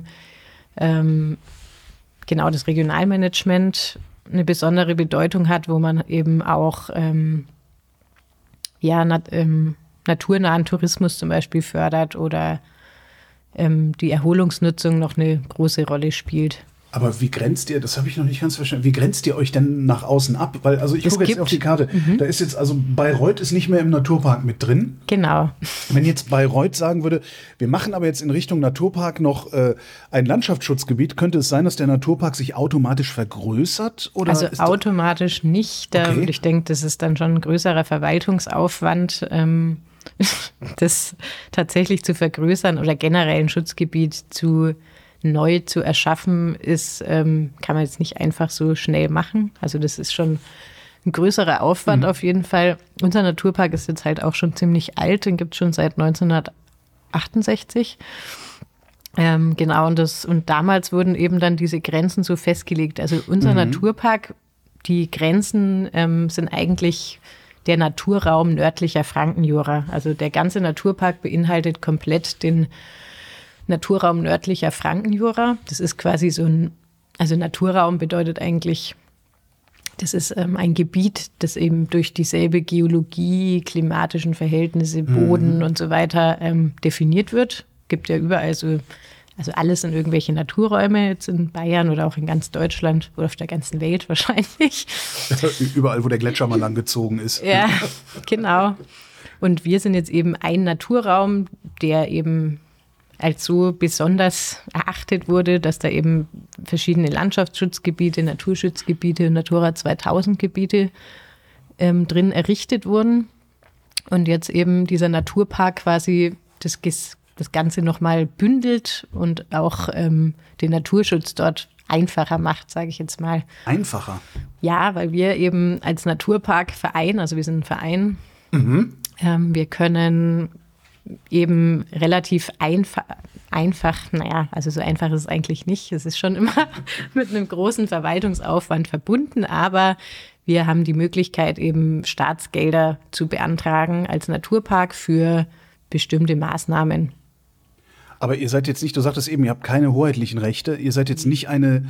genau das Regionalmanagement eine besondere Bedeutung hat, wo man eben auch naturnahen Tourismus zum Beispiel fördert oder die Erholungsnutzung noch eine große Rolle spielt. Aber wie grenzt ihr, das habe ich noch nicht ganz verstanden, wie grenzt ihr euch denn nach außen ab? Weil, also ich gucke jetzt auf die Karte, da ist jetzt, also Bayreuth ist nicht mehr im Naturpark mit drin. Genau. Wenn jetzt Bayreuth sagen würde, wir machen aber jetzt in Richtung Naturpark noch ein Landschaftsschutzgebiet, könnte es sein, dass der Naturpark sich automatisch vergrößert? Oder also automatisch nicht. Okay. Ich denke, das ist dann schon ein größerer Verwaltungsaufwand, das tatsächlich zu vergrößern oder generell ein Schutzgebiet neu zu erschaffen, ist, kann man jetzt nicht einfach so schnell machen. Also das ist schon ein größerer Aufwand auf jeden Fall. Unser Naturpark ist jetzt halt auch schon ziemlich alt, den gibt es schon seit 1968. Genau, und damals wurden eben dann diese Grenzen so festgelegt. Also unser Naturpark, die Grenzen sind eigentlich der Naturraum nördlicher Frankenjura. Also der ganze Naturpark beinhaltet komplett den Naturraum nördlicher Frankenjura. Das ist quasi also Naturraum bedeutet eigentlich, das ist ein Gebiet, das eben durch dieselbe Geologie, klimatischen Verhältnisse, Boden und so weiter definiert wird. Gibt ja überall also alles in irgendwelche Naturräume, jetzt in Bayern oder auch in ganz Deutschland oder auf der ganzen Welt wahrscheinlich. Überall, wo der Gletscher mal langgezogen ist. Ja, genau. Und wir sind jetzt eben ein Naturraum, der eben als so besonders erachtet wurde, dass da eben verschiedene Landschaftsschutzgebiete, Naturschutzgebiete und Natura 2000 Gebiete drin errichtet wurden. Und jetzt eben dieser Naturpark quasi das Ganze nochmal bündelt und auch den Naturschutz dort einfacher macht, sage ich jetzt mal. Einfacher? Ja, weil wir eben als Naturparkverein, also wir sind ein Verein, wir können eben relativ einfach, naja, also so einfach ist es eigentlich nicht. Es ist schon immer mit einem großen Verwaltungsaufwand verbunden, aber wir haben die Möglichkeit, eben Staatsgelder zu beantragen als Naturpark für bestimmte Maßnahmen. Aber ihr seid jetzt nicht, du sagtest eben, ihr habt keine hoheitlichen Rechte, ihr seid jetzt nicht eine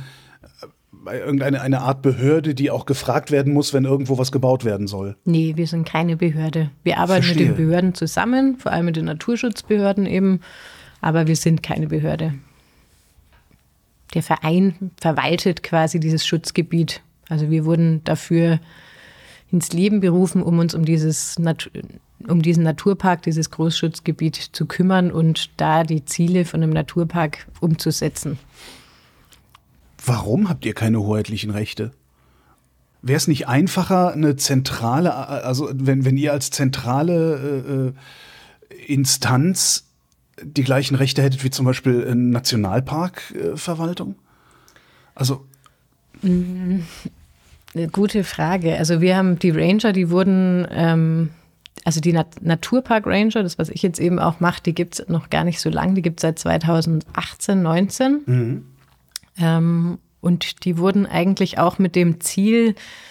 Art Behörde, die auch gefragt werden muss, wenn irgendwo was gebaut werden soll. Nee, wir sind keine Behörde. Wir arbeiten mit den Behörden zusammen, vor allem mit den Naturschutzbehörden eben, aber wir sind keine Behörde. Der Verein verwaltet quasi dieses Schutzgebiet. Also wir wurden dafür ins Leben berufen, um uns um diesen Naturpark, dieses Großschutzgebiet zu kümmern und da die Ziele von einem Naturpark umzusetzen. Warum habt ihr keine hoheitlichen Rechte? Wäre es nicht einfacher, eine zentrale, also wenn ihr als zentrale Instanz die gleichen Rechte hättet wie zum Beispiel eine Nationalparkverwaltung? Also eine gute Frage. Also wir haben die Ranger, die wurden, also die Naturpark-Ranger, das was ich jetzt eben auch mache, die gibt es noch gar nicht so lange, die gibt es seit 2018, 19. Und die wurden eigentlich auch mit dem Ziel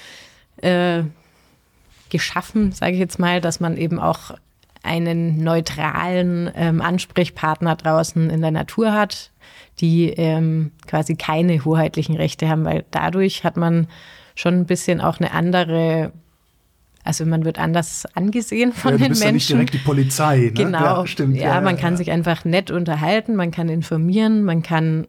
geschaffen, sage ich jetzt mal, dass man eben auch einen neutralen Ansprechpartner draußen in der Natur hat, die quasi keine hoheitlichen Rechte haben, weil dadurch hat man schon ein bisschen auch eine andere, also man wird anders angesehen von den Menschen. Du bist ja nicht direkt die Polizei, ne? Genau, ja, stimmt. Ja, man kann sich einfach nett unterhalten, man kann informieren, man kann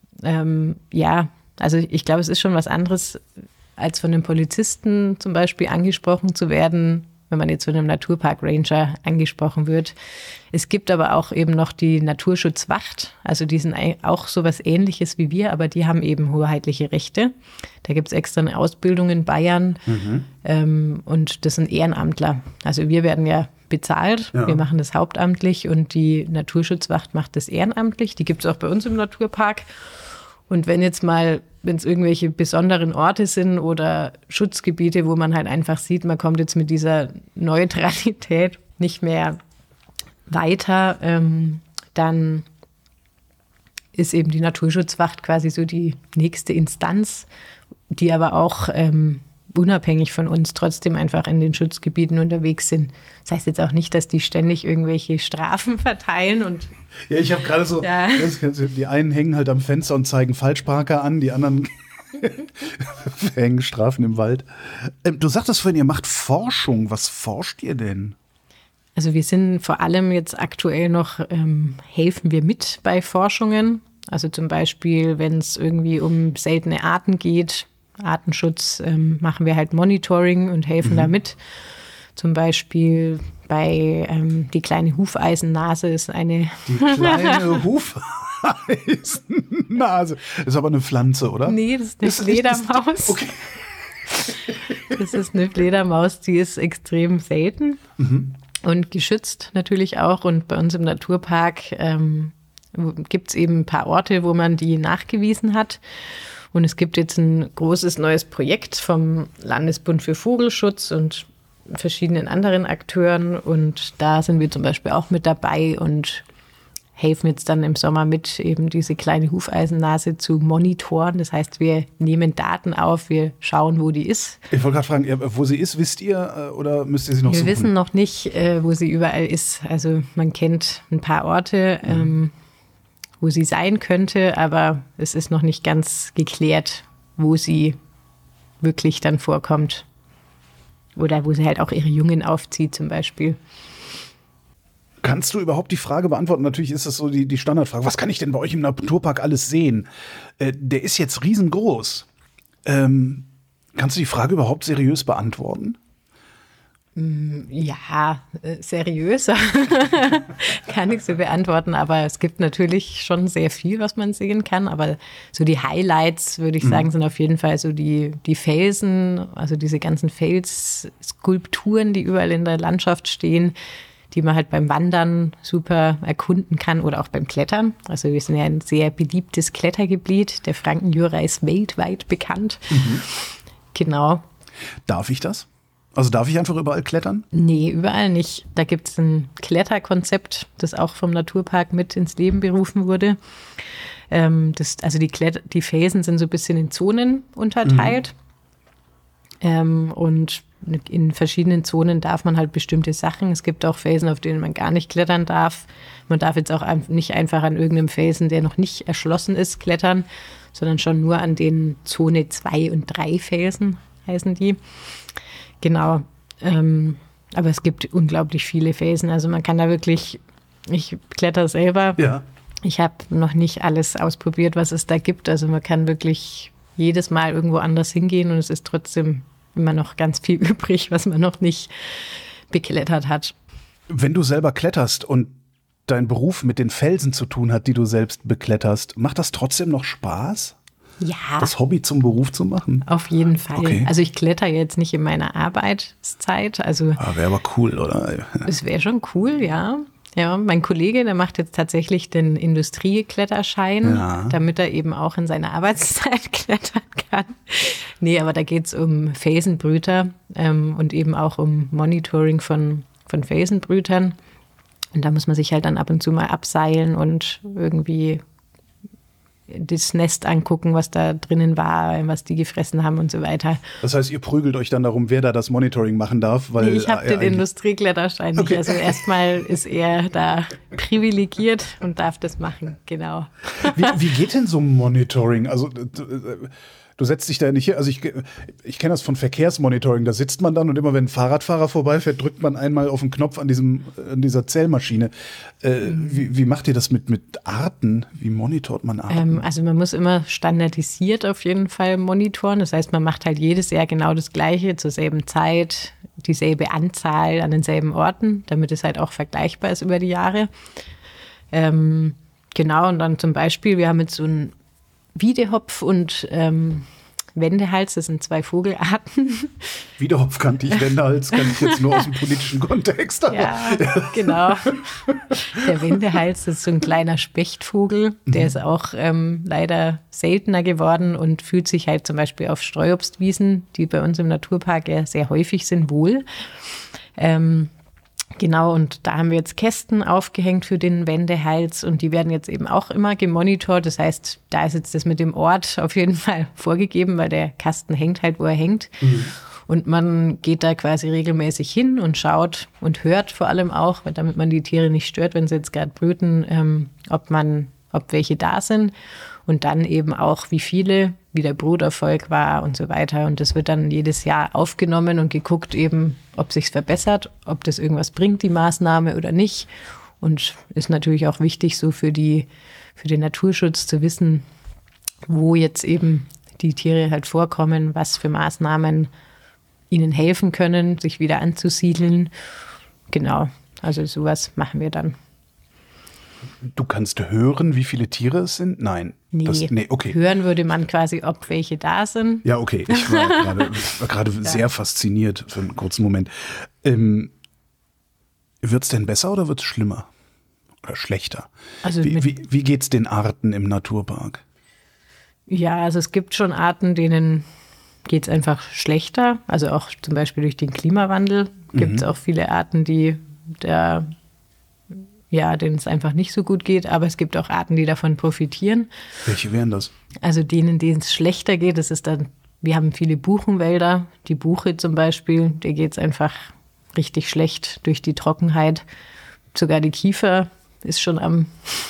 also ich glaube, es ist schon was anderes, als von einem Polizisten zum Beispiel angesprochen zu werden, wenn man jetzt von einem Naturpark-Ranger angesprochen wird. Es gibt aber auch eben noch die Naturschutzwacht, also die sind auch sowas Ähnliches wie wir, aber die haben eben hoheitliche Rechte. Da gibt es extra eine Ausbildung in Bayern und das sind Ehrenamtler. Also wir werden ja bezahlt, wir machen das hauptamtlich und die Naturschutzwacht macht das ehrenamtlich. Die gibt es auch bei uns im Naturpark. Und wenn es irgendwelche besonderen Orte sind oder Schutzgebiete, wo man halt einfach sieht, man kommt jetzt mit dieser Neutralität nicht mehr weiter, dann ist eben die Naturschutzwacht quasi so die nächste Instanz, die aber auch unabhängig von uns trotzdem einfach in den Schutzgebieten unterwegs sind. Das heißt jetzt auch nicht, dass die ständig irgendwelche Strafen verteilen und ja, ich habe gerade so, die einen hängen halt am Fenster und zeigen Falschparker an, die anderen hängen Strafen im Wald. Du sagtest vorhin, ihr macht Forschung. Was forscht ihr denn? Also wir sind vor allem jetzt aktuell noch, helfen wir mit bei Forschungen. Also zum Beispiel, wenn es irgendwie um seltene Arten geht, Artenschutz, machen wir halt Monitoring und helfen damit. Zum Beispiel bei die kleine Hufeisennase ist eine... Die kleine Hufeisennase. Das ist aber eine Pflanze, oder? Nee, das ist eine Fledermaus. Okay. Das ist eine Fledermaus, die ist extrem selten und geschützt natürlich auch. Und bei uns im Naturpark gibt es eben ein paar Orte, wo man die nachgewiesen hat. Und es gibt jetzt ein großes neues Projekt vom Landesbund für Vogelschutz und verschiedenen anderen Akteuren. Und da sind wir zum Beispiel auch mit dabei und helfen jetzt dann im Sommer mit, eben diese kleine Hufeisennase zu monitoren. Das heißt, wir nehmen Daten auf, wir schauen, wo die ist. Ich wollte gerade fragen, wo sie ist, wisst ihr oder müsst ihr sie noch suchen? Wir wissen noch nicht, wo sie überall ist. Also man kennt ein paar Orte, wo sie sein könnte, aber es ist noch nicht ganz geklärt, wo sie wirklich dann vorkommt. Oder wo sie halt auch ihre Jungen aufzieht zum Beispiel. Kannst du überhaupt die Frage beantworten? Natürlich ist das so die Standardfrage. Was kann ich denn bei euch im Naturpark alles sehen? Der ist jetzt riesengroß. Kannst du die Frage überhaupt seriös beantworten? Ja, seriöser kann ich so beantworten, aber es gibt natürlich schon sehr viel, was man sehen kann, aber so die Highlights, würde ich sagen, sind auf jeden Fall so die Felsen, also diese ganzen Felsskulpturen, die überall in der Landschaft stehen, die man halt beim Wandern super erkunden kann oder auch beim Klettern. Also wir sind ja ein sehr beliebtes Klettergebiet, der Franken-Jura ist weltweit bekannt. Genau. Darf ich das? Also darf ich einfach überall klettern? Nee, überall nicht. Da gibt es ein Kletterkonzept, das auch vom Naturpark mit ins Leben berufen wurde. Die Felsen sind so ein bisschen in Zonen unterteilt. Und in verschiedenen Zonen darf man halt bestimmte Sachen. Es gibt auch Felsen, auf denen man gar nicht klettern darf. Man darf jetzt auch nicht einfach an irgendeinem Felsen, der noch nicht erschlossen ist, klettern, sondern schon nur an den Zone 2 und 3 Felsen heißen die. Genau, aber es gibt unglaublich viele Felsen, also man kann da wirklich, ich kletter selber, ja. Ich habe noch nicht alles ausprobiert, was es da gibt, also man kann wirklich jedes Mal irgendwo anders hingehen und es ist trotzdem immer noch ganz viel übrig, was man noch nicht beklettert hat. Wenn du selber kletterst und dein Beruf mit den Felsen zu tun hat, die du selbst bekletterst, macht das trotzdem noch Spaß? Ja. Das Hobby zum Beruf zu machen? Auf jeden Fall. Okay. Also ich kletter jetzt nicht in meiner Arbeitszeit. Also wäre aber cool, oder? Es wäre schon cool, ja. Ja, mein Kollege, der macht jetzt tatsächlich den Industriekletterschein, damit er eben auch in seiner Arbeitszeit klettern kann. Nee, aber da geht es um Felsenbrüter und eben auch um Monitoring von Felsenbrütern. Und da muss man sich halt dann ab und zu mal abseilen und irgendwie das Nest angucken, was da drinnen war, was die gefressen haben und so weiter. Das heißt, ihr prügelt euch dann darum, wer da das Monitoring machen darf? Weil, nee, ich habe den Industriekletterschein nicht. Also erstmal ist er da privilegiert und darf das machen, genau. Wie geht denn so ein Monitoring? Also du setzt dich da nicht hier, also ich kenne das von Verkehrsmonitoring, da sitzt man dann und immer wenn ein Fahrradfahrer vorbeifährt, drückt man einmal auf den Knopf an dieser Zählmaschine. Wie macht ihr das mit Arten? Wie monitort man Arten? Also man muss immer standardisiert auf jeden Fall monitoren. Das heißt, man macht halt jedes Jahr genau das Gleiche, zur selben Zeit, dieselbe Anzahl an denselben Orten, damit es halt auch vergleichbar ist über die Jahre. Genau, und dann zum Beispiel, wir haben jetzt so ein Wiedehopf und Wendehals, das sind 2 Vogelarten. Wiedehopf kannte ich, Wendehals kann ich jetzt nur aus dem politischen Kontext. Ja, genau. Der Wendehals ist so ein kleiner Spechtvogel, der ist auch leider seltener geworden und fühlt sich halt zum Beispiel auf Streuobstwiesen, die bei uns im Naturpark ja sehr häufig sind, wohl. Genau, und da haben wir jetzt Kästen aufgehängt für den Wendehals und die werden jetzt eben auch immer gemonitort. Das heißt, da ist jetzt das mit dem Ort auf jeden Fall vorgegeben, weil der Kasten hängt halt, wo er hängt. Und man geht da quasi regelmäßig hin und schaut und hört vor allem auch, damit man die Tiere nicht stört, wenn sie jetzt gerade brüten, ob welche da sind. Und dann eben auch, wie viele, wie der Bruterfolg war und so weiter. Und das wird dann jedes Jahr aufgenommen und geguckt eben, ob sich's verbessert, ob das irgendwas bringt, die Maßnahme oder nicht. Und ist natürlich auch wichtig so für die für den Naturschutz zu wissen, wo jetzt eben die Tiere halt vorkommen, was für Maßnahmen ihnen helfen können, sich wieder anzusiedeln. Genau, also sowas machen wir dann. Du kannst hören, wie viele Tiere es sind? Nein. Nee, okay. Hören würde man quasi, ob welche da sind. Ja, okay. Ich war gerade sehr fasziniert für einen kurzen Moment. Wird es denn besser oder wird es schlimmer? Oder schlechter? Also wie geht es den Arten im Naturpark? Ja, also es gibt schon Arten, denen geht es einfach schlechter. Also auch zum Beispiel durch den Klimawandel gibt es auch viele Arten, denen es einfach nicht so gut geht. Aber es gibt auch Arten, die davon profitieren. Welche wären das? Also denen es schlechter geht, das ist dann, wir haben viele Buchenwälder. Die Buche zum Beispiel, der geht es einfach richtig schlecht durch die Trockenheit. Sogar die Kiefer ist schon am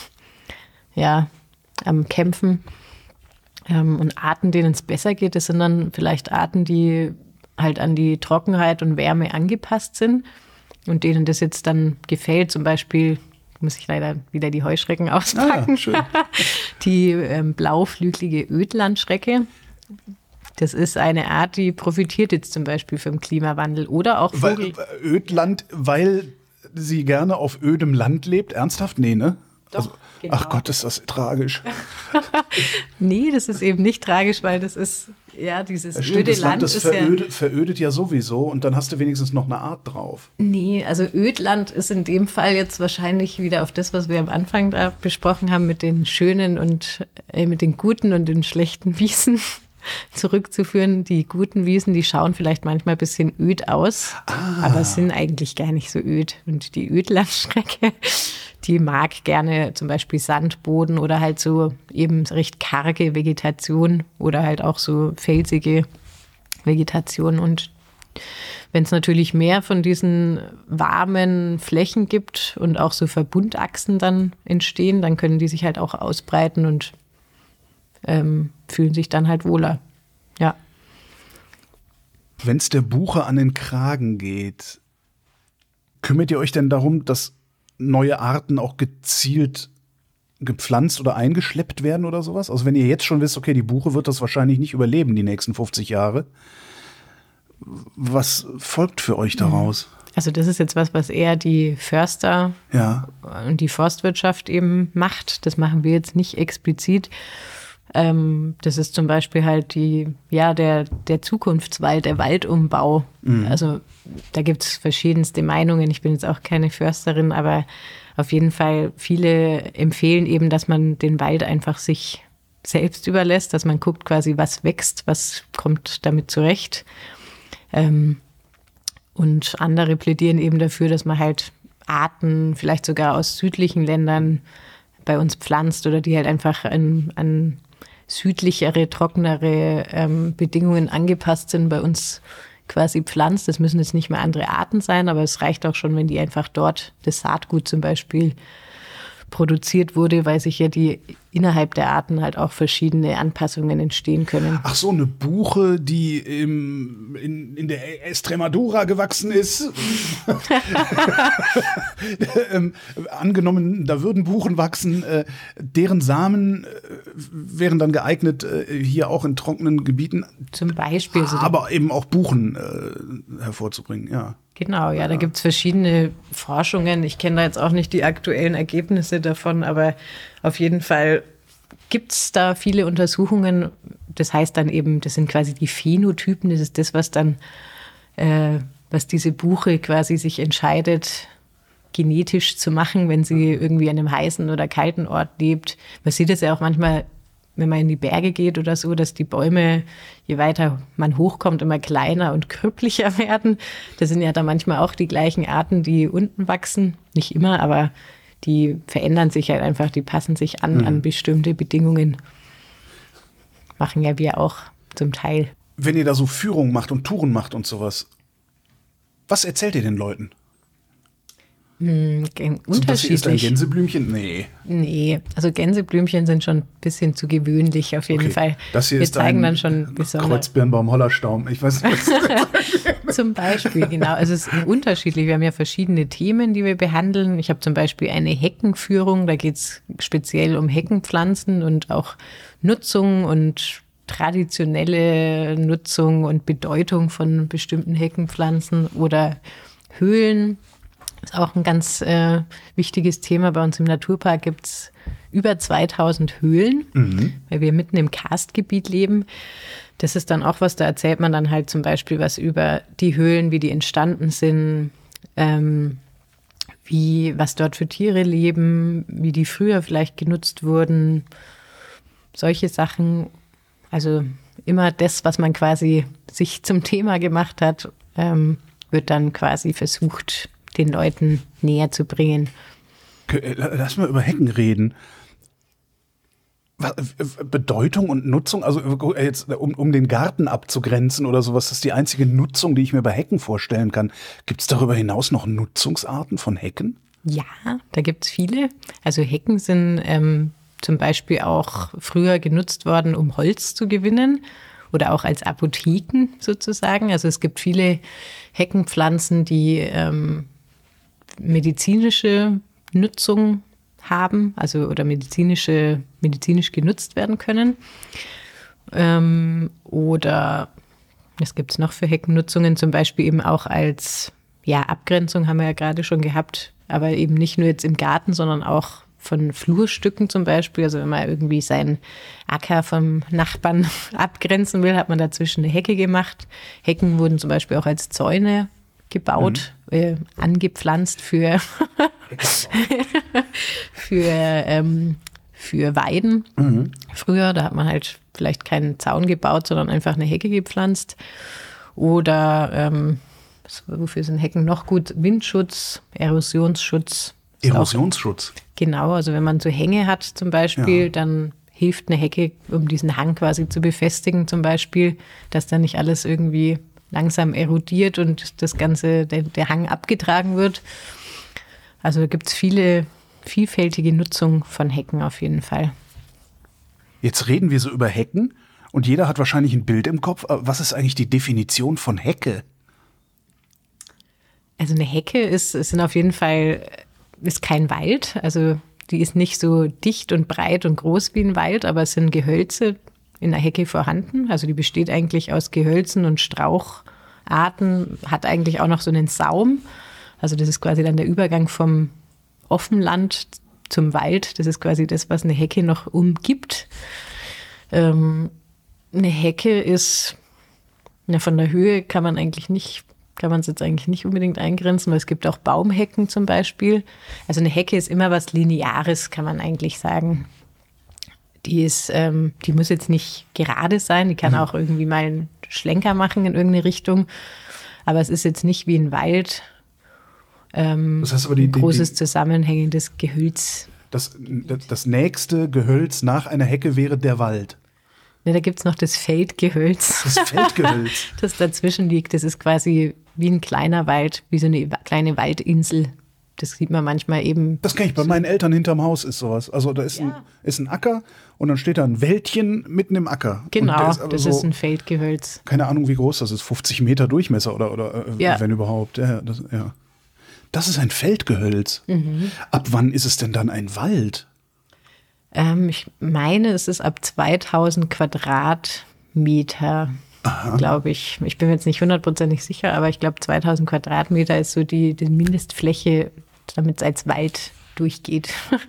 Kämpfen. Und Arten, denen es besser geht, das sind dann vielleicht Arten, die halt an die Trockenheit und Wärme angepasst sind und denen das jetzt dann gefällt. Zum Beispiel muss ich leider wieder die Heuschrecken auspacken. Schön. Die blauflügelige Ödlandschrecke. Das ist eine Art, die profitiert jetzt zum Beispiel vom Klimawandel. Oder auch Vogel. Ödland, weil sie gerne auf ödem Land lebt? Ernsthaft? Nee, ne? Doch, also, genau. Ach Gott, ist das tragisch. Nee, das ist eben nicht tragisch, weil das ist, dieses öde Land ist verödet ja sowieso und dann hast du wenigstens noch eine Art drauf. Nee, also Ödland ist in dem Fall jetzt wahrscheinlich wieder auf das, was wir am Anfang da besprochen haben, mit den schönen und mit den guten und den schlechten Wiesen zurückzuführen. Die guten Wiesen, die schauen vielleicht manchmal ein bisschen öd aus, aber sind eigentlich gar nicht so öd. Und die Ödlandschrecke, die mag gerne zum Beispiel Sandboden oder halt so eben recht karge Vegetation oder halt auch so felsige Vegetation. Und wenn es natürlich mehr von diesen warmen Flächen gibt und auch so Verbundachsen dann entstehen, dann können die sich halt auch ausbreiten und fühlen sich dann halt wohler. Ja. Wenn es der Buche an den Kragen geht, kümmert ihr euch denn darum, dass neue Arten auch gezielt gepflanzt oder eingeschleppt werden oder sowas? Also wenn ihr jetzt schon wisst, okay, die Buche wird das wahrscheinlich nicht überleben die nächsten 50 Jahre, was folgt für euch daraus? Also das ist jetzt was der Förster und die Forstwirtschaft eben macht. Das machen wir jetzt nicht explizit. Das ist zum Beispiel halt der Zukunftswald, der Waldumbau. Also da gibt es verschiedenste Meinungen. Ich bin jetzt auch keine Försterin, aber auf jeden Fall viele empfehlen eben, dass man den Wald einfach sich selbst überlässt, dass man guckt quasi, was wächst, was kommt damit zurecht. Und andere plädieren eben dafür, dass man halt Arten vielleicht sogar aus südlichen Ländern bei uns pflanzt oder die halt einfach an südlichere, trockenere Bedingungen angepasst sind, bei uns quasi pflanzt. Das müssen jetzt nicht mehr andere Arten sein, aber es reicht auch schon, wenn die einfach dort das Saatgut zum Beispiel produziert wurde, weil sich ja innerhalb der Arten halt auch verschiedene Anpassungen entstehen können. Ach so, eine Buche, die in der Extremadura gewachsen ist. Angenommen, da würden Buchen wachsen, deren Samen wären dann geeignet, hier auch in trockenen Gebieten. Zum Beispiel. Aber eben auch Buchen hervorzubringen, ja. Genau, ja, da gibt es verschiedene Forschungen. Ich kenne da jetzt auch nicht die aktuellen Ergebnisse davon, aber auf jeden Fall gibt es da viele Untersuchungen. Das heißt dann eben, das sind quasi die Phänotypen, das ist das, was dann, was diese Buche quasi sich entscheidet, genetisch zu machen, wenn sie irgendwie an einem heißen oder kalten Ort lebt. Man sieht es ja auch manchmal, wenn man in die Berge geht oder so, dass die Bäume, je weiter man hochkommt, immer kleiner und krüpplicher werden. Das sind ja dann manchmal auch die gleichen Arten, die unten wachsen. Nicht immer, aber die verändern sich halt einfach, die passen sich an bestimmte Bedingungen. Machen ja wir auch zum Teil. Wenn ihr da so Führungen macht und Touren macht und sowas, was erzählt ihr den Leuten? Das hier ist ein Gänseblümchen? Nee, also Gänseblümchen sind schon ein bisschen zu gewöhnlich auf jeden Fall. Das hier ist ein dann schon Kreuzbirnbaum-Hollerstaum. Ich weiß nicht, was Zum Beispiel, genau. Also es ist unterschiedlich. Wir haben ja verschiedene Themen, die wir behandeln. Ich habe zum Beispiel eine Heckenführung. Da geht es speziell um Heckenpflanzen und auch Nutzung und traditionelle Nutzung und Bedeutung von bestimmten Heckenpflanzen oder Höhlen. Das ist auch ein ganz wichtiges Thema. Bei uns im Naturpark gibt es über 2000 Höhlen, weil wir mitten im Karstgebiet leben. Das ist dann auch was, da erzählt man dann halt zum Beispiel was über die Höhlen, wie die entstanden sind, was dort für Tiere leben, wie die früher vielleicht genutzt wurden, solche Sachen. Also immer das, was man quasi sich zum Thema gemacht hat, wird dann quasi versucht, den Leuten näher zu bringen. Lass mal über Hecken reden. Bedeutung und Nutzung, also jetzt um den Garten abzugrenzen oder sowas, das ist die einzige Nutzung, die ich mir bei Hecken vorstellen kann. Gibt es darüber hinaus noch Nutzungsarten von Hecken? Ja, da gibt es viele. Also Hecken sind zum Beispiel auch früher genutzt worden, um Holz zu gewinnen oder auch als Apotheken sozusagen. Also es gibt viele Heckenpflanzen, die medizinische Nutzung haben, also oder medizinisch genutzt werden können. Oder was gibt es noch für Heckennutzungen? Zum Beispiel eben auch als Abgrenzung haben wir ja gerade schon gehabt, aber eben nicht nur jetzt im Garten, sondern auch von Flurstücken zum Beispiel. Also wenn man irgendwie seinen Acker vom Nachbarn abgrenzen will, hat man dazwischen eine Hecke gemacht. Hecken wurden zum Beispiel auch als Zäune gebaut, angepflanzt für Weiden. Früher, da hat man halt vielleicht keinen Zaun gebaut, sondern einfach eine Hecke gepflanzt. Oder wofür sind Hecken noch gut? Windschutz, Erosionsschutz. Erosionsschutz? Genau, also wenn man so Hänge hat zum Beispiel, dann hilft eine Hecke, um diesen Hang quasi zu befestigen zum Beispiel, dass da nicht alles irgendwie langsam erodiert und das Ganze, der Hang abgetragen wird. Also da gibt es vielfältige Nutzung von Hecken auf jeden Fall. Jetzt reden wir so über Hecken und jeder hat wahrscheinlich ein Bild im Kopf. Was ist eigentlich die Definition von Hecke? Also eine Hecke ist auf jeden Fall kein Wald. Also die ist nicht so dicht und breit und groß wie ein Wald, aber es sind Gehölze in der Hecke vorhanden. Also die besteht eigentlich aus Gehölzen und Straucharten, hat eigentlich auch noch so einen Saum. Also das ist quasi dann der Übergang vom Offenland zum Wald. Das ist quasi das, was eine Hecke noch umgibt. Eine Hecke ist, von der Höhe kann man es jetzt eigentlich nicht unbedingt eingrenzen, weil es gibt auch Baumhecken zum Beispiel. Also eine Hecke ist immer was Lineares, kann man eigentlich sagen. Die muss jetzt nicht gerade sein, die kann auch irgendwie mal einen Schlenker machen in irgendeine Richtung. Aber es ist jetzt nicht wie ein Wald, das heißt aber ein großes zusammenhängendes Gehölz. Das nächste Gehölz nach einer Hecke wäre der Wald. Ne, da gibt es noch das Feldgehölz. Das Feldgehölz. Das dazwischen liegt, das ist quasi wie ein kleiner Wald, wie so eine kleine Waldinsel. Das sieht man manchmal eben. Das kenne ich, bei meinen Eltern hinterm Haus ist sowas. Also da ist ein Acker und dann steht da ein Wäldchen mitten im Acker. Genau, das ist ein Feldgehölz. Keine Ahnung, wie groß das ist, 50 Meter Durchmesser oder wenn überhaupt. Das ist ein Feldgehölz. Ab wann ist es denn dann ein Wald? Ich meine, es ist ab 2000 Quadratmeter, glaube ich. Ich bin mir jetzt nicht 100% sicher, aber ich glaube 2000 Quadratmeter ist so die Mindestfläche, damit es als Wald durchgeht.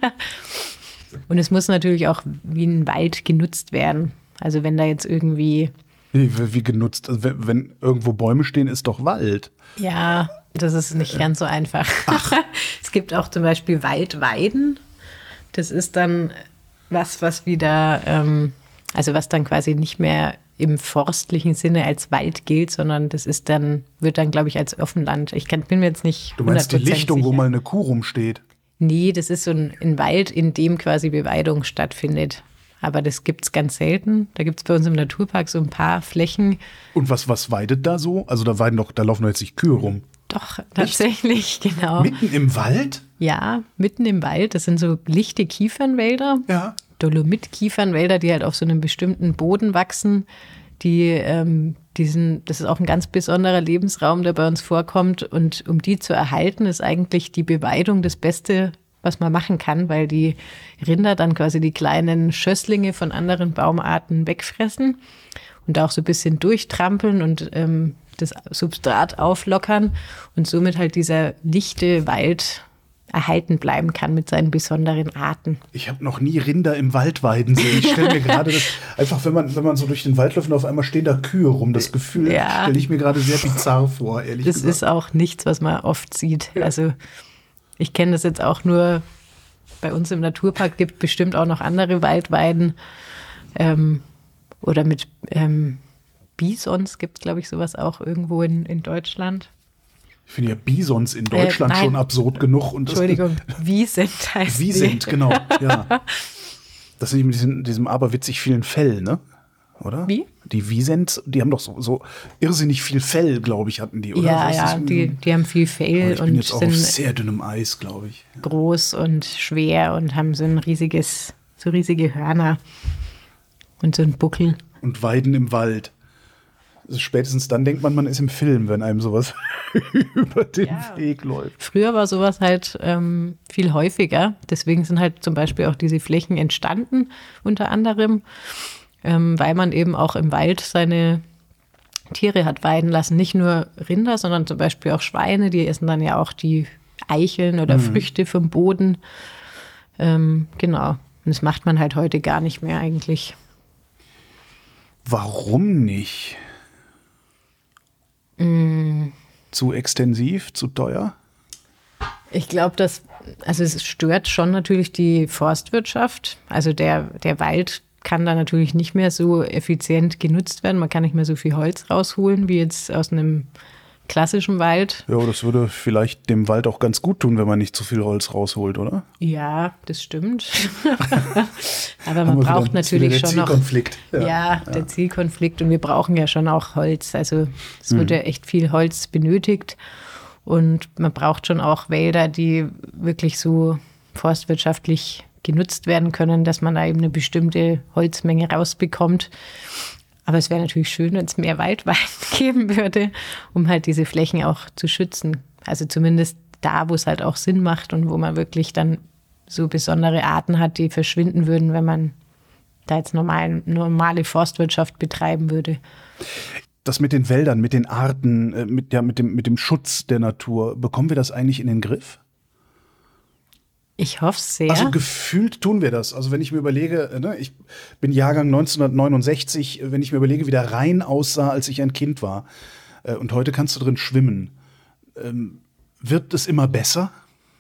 Und es muss natürlich auch wie ein Wald genutzt werden. Also wenn da jetzt irgendwie... Wie genutzt? Also wenn irgendwo Bäume stehen, ist doch Wald. Ja, das ist nicht ganz so einfach. Es gibt auch zum Beispiel Waldweiden. Das ist dann was wieder, was dann quasi nicht mehr im forstlichen Sinne als Wald gilt, sondern das wird dann, glaube ich, als Offenland. Bin mir jetzt nicht 100% Du meinst die Lichtung, sicher. wo mal eine Kuh rumsteht? Nee, das ist so ein Wald, in dem quasi Beweidung stattfindet. Aber das gibt es ganz selten. Da gibt es bei uns im Naturpark so ein paar Flächen. Und was weidet da so? Also da laufen doch jetzt nicht Kühe rum. Doch, tatsächlich, genau. Mitten im Wald? Ja, mitten im Wald. Das sind so lichte Kiefernwälder. Ja. Dolomit-Kiefernwälder, die halt auf so einem bestimmten Boden wachsen. Das ist auch ein ganz besonderer Lebensraum, der bei uns vorkommt. Und um die zu erhalten, ist eigentlich die Beweidung das Beste, was man machen kann, weil die Rinder dann quasi die kleinen Schösslinge von anderen Baumarten wegfressen und auch so ein bisschen durchtrampeln und das Substrat auflockern und somit halt dieser lichte Wald erhalten bleiben kann mit seinen besonderen Arten. Ich habe noch nie Rinder im Wald weiden sehen. Ich stelle mir gerade das, einfach wenn man so durch den Wald läuft und auf einmal stehen da Kühe rum, das Gefühl stelle ich mir gerade sehr bizarr vor, ehrlich gesagt. Das ist auch nichts, was man oft sieht. Ja. Also ich kenne das jetzt auch nur bei uns im Naturpark, gibt bestimmt auch noch andere Waldweiden oder mit Bisons gibt es, glaube ich, sowas auch irgendwo in Deutschland. Ich finde ja Bisons in Deutschland schon absurd genug. Und Entschuldigung, Wiesent heißt Wiesent, genau, ja. Das sind mit diesem aberwitzig vielen Fell, ne? Oder? Wie? Die Wiesents, die haben doch so irrsinnig viel Fell, glaube ich, hatten die, oder? Ja, die haben viel Fell ich bin jetzt auch auf sehr dünnem Eis, glaube ich. Groß und schwer und haben so riesige Hörner und so einen Buckel. Und weiden im Wald. Also spätestens dann denkt man ist im Film, wenn einem sowas über den Weg läuft. Früher war sowas halt viel häufiger. Deswegen sind halt zum Beispiel auch diese Flächen entstanden, unter anderem, weil man eben auch im Wald seine Tiere hat weiden lassen. Nicht nur Rinder, sondern zum Beispiel auch Schweine. Die essen dann ja auch die Eicheln oder Früchte vom Boden. Genau. Und das macht man halt heute gar nicht mehr eigentlich. Warum nicht? Zu extensiv, zu teuer? Ich glaube, es stört schon natürlich die Forstwirtschaft. Also der Wald kann da natürlich nicht mehr so effizient genutzt werden. Man kann nicht mehr so viel Holz rausholen wie jetzt aus einem klassischen Wald. Ja, das würde vielleicht dem Wald auch ganz gut tun, wenn man nicht zu viel Holz rausholt, oder? Ja, das stimmt. Aber man braucht natürlich schon noch. Der Zielkonflikt. Und wir brauchen ja schon auch Holz. Also es wird ja echt viel Holz benötigt. Und man braucht schon auch Wälder, die wirklich so forstwirtschaftlich genutzt werden können, dass man da eben eine bestimmte Holzmenge rausbekommt. Aber es wäre natürlich schön, wenn es mehr Waldweiden geben würde, um halt diese Flächen auch zu schützen. Also zumindest da, wo es halt auch Sinn macht und wo man wirklich dann so besondere Arten hat, die verschwinden würden, wenn man da jetzt normale Forstwirtschaft betreiben würde. Das mit den Wäldern, mit den Arten, mit dem Schutz der Natur, bekommen wir das eigentlich in den Griff? Ich hoffe es sehr. Also gefühlt tun wir das. Also wenn ich mir überlege, ich bin Jahrgang 1969, wenn ich mir überlege, wie der Rhein aussah, als ich ein Kind war, und heute kannst du drin schwimmen, wird es immer besser?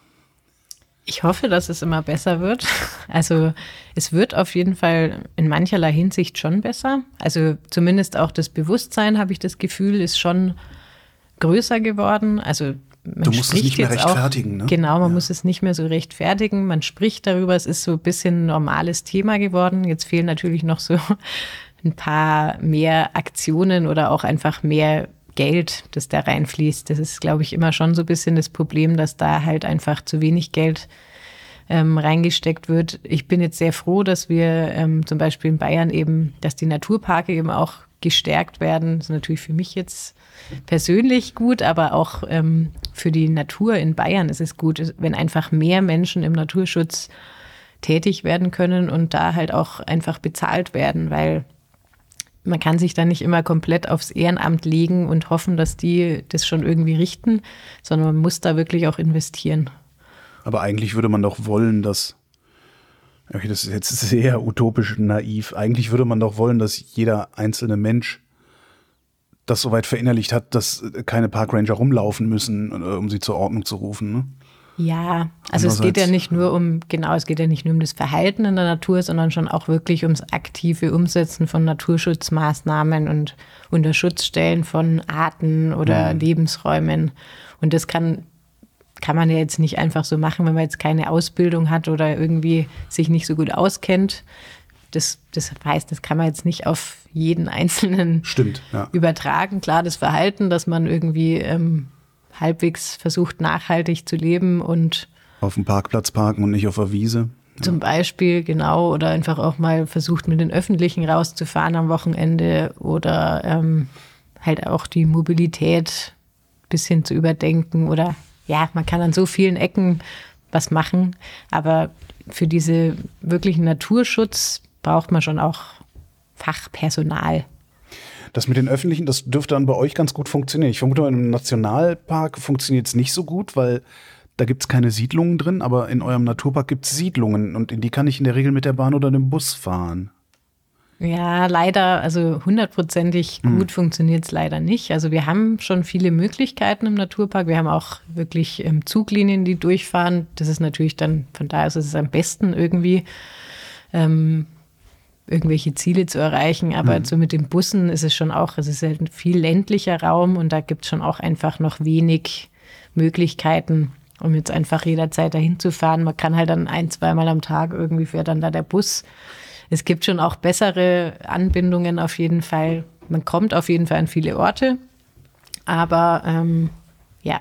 Ich hoffe, dass es immer besser wird. Also es wird auf jeden Fall in mancherlei Hinsicht schon besser. Also zumindest auch das Bewusstsein, habe ich das Gefühl, ist schon größer geworden. Also du musst es nicht mehr rechtfertigen, ne? Genau, man muss es nicht mehr so rechtfertigen. Man spricht darüber, es ist so ein bisschen ein normales Thema geworden. Jetzt fehlen natürlich noch so ein paar mehr Aktionen oder auch einfach mehr Geld, das da reinfließt. Das ist, glaube ich, immer schon so ein bisschen das Problem, dass da halt einfach zu wenig Geld reingesteckt wird. Ich bin jetzt sehr froh, dass wir zum Beispiel in Bayern eben, dass die Naturparke eben auch gestärkt werden. Das ist natürlich für mich jetzt persönlich gut, aber auch für die Natur in Bayern ist es gut, wenn einfach mehr Menschen im Naturschutz tätig werden können und da halt auch einfach bezahlt werden, weil man kann sich da nicht immer komplett aufs Ehrenamt legen und hoffen, dass die das schon irgendwie richten, sondern man muss da wirklich auch investieren. Aber eigentlich würde man doch wollen, dass, okay, das ist jetzt sehr utopisch und naiv, eigentlich würde man doch wollen, dass jeder einzelne Mensch das soweit verinnerlicht hat, dass keine Parkranger rumlaufen müssen, um sie zur Ordnung zu rufen, ne? Ja, also es geht ja nicht nur um das Verhalten in der Natur, sondern schon auch wirklich ums aktive Umsetzen von Naturschutzmaßnahmen und unter Schutzstellen von Arten oder Lebensräumen. Und das kann man ja jetzt nicht einfach so machen, wenn man jetzt keine Ausbildung hat oder irgendwie sich nicht so gut auskennt. Das heißt, das kann man jetzt nicht auf jeden Einzelnen übertragen. Klar, das Verhalten, dass man irgendwie halbwegs versucht, nachhaltig zu leben und auf dem Parkplatz parken und nicht auf der Wiese. Zum Beispiel, genau, oder einfach auch mal versucht, mit den Öffentlichen rauszufahren am Wochenende oder halt auch die Mobilität ein bisschen zu überdenken. Oder ja, man kann an so vielen Ecken was machen, aber für diese wirklichen Naturschutz braucht man schon auch Fachpersonal. Das mit den Öffentlichen, das dürfte dann bei euch ganz gut funktionieren. Ich vermute, in einem Nationalpark funktioniert es nicht so gut, weil da gibt es keine Siedlungen drin, aber in eurem Naturpark gibt es Siedlungen und in die kann ich in der Regel mit der Bahn oder dem Bus fahren. Ja, leider, also 100%ig gut funktioniert es leider nicht. Also wir haben schon viele Möglichkeiten im Naturpark. Wir haben auch wirklich Zuglinien, die durchfahren. Das ist natürlich dann, von daher ist es am besten irgendwie, irgendwelche Ziele zu erreichen. Aber so mit den Bussen ist es schon auch, es ist halt ein viel ländlicher Raum und da gibt es schon auch einfach noch wenig Möglichkeiten, um jetzt einfach jederzeit dahin zu fahren. Man kann halt dann 1-2 Mal am Tag irgendwie fährt dann da der Bus. Es gibt schon auch bessere Anbindungen auf jeden Fall. Man kommt auf jeden Fall an viele Orte. Aber ja.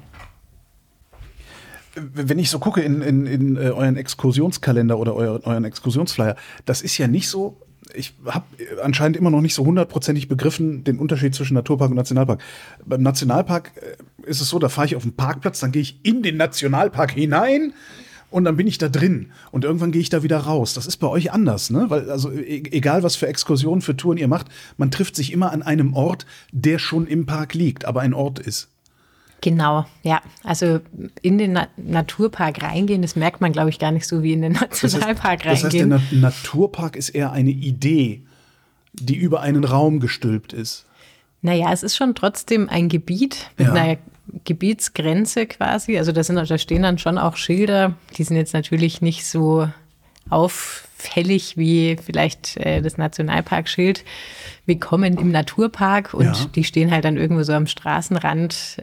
Wenn ich so gucke in euren Exkursionskalender oder euren Exkursionsflyer, das ist ja nicht so, ich habe anscheinend immer noch nicht so 100%ig begriffen, den Unterschied zwischen Naturpark und Nationalpark. Beim Nationalpark ist es so, da fahre ich auf den Parkplatz, dann gehe ich in den Nationalpark hinein und dann bin ich da drin und irgendwann gehe ich da wieder raus. Das ist bei euch anders, ne? Weil also egal was für Exkursionen, für Touren ihr macht, man trifft sich immer an einem Ort, der schon im Park liegt, aber ein Ort ist. Genau, ja. Also in den Naturpark reingehen, das merkt man, glaube ich, gar nicht so wie in den Nationalpark reingehen. Das heißt, der Naturpark ist eher eine Idee, die über einen Raum gestülpt ist. Naja, es ist schon trotzdem ein Gebiet mit einer Gebietsgrenze quasi. Also da stehen dann schon auch Schilder, die sind jetzt natürlich nicht so auffällig wie vielleicht das Nationalparkschild. Willkommen im Naturpark und die stehen halt dann irgendwo so am Straßenrand.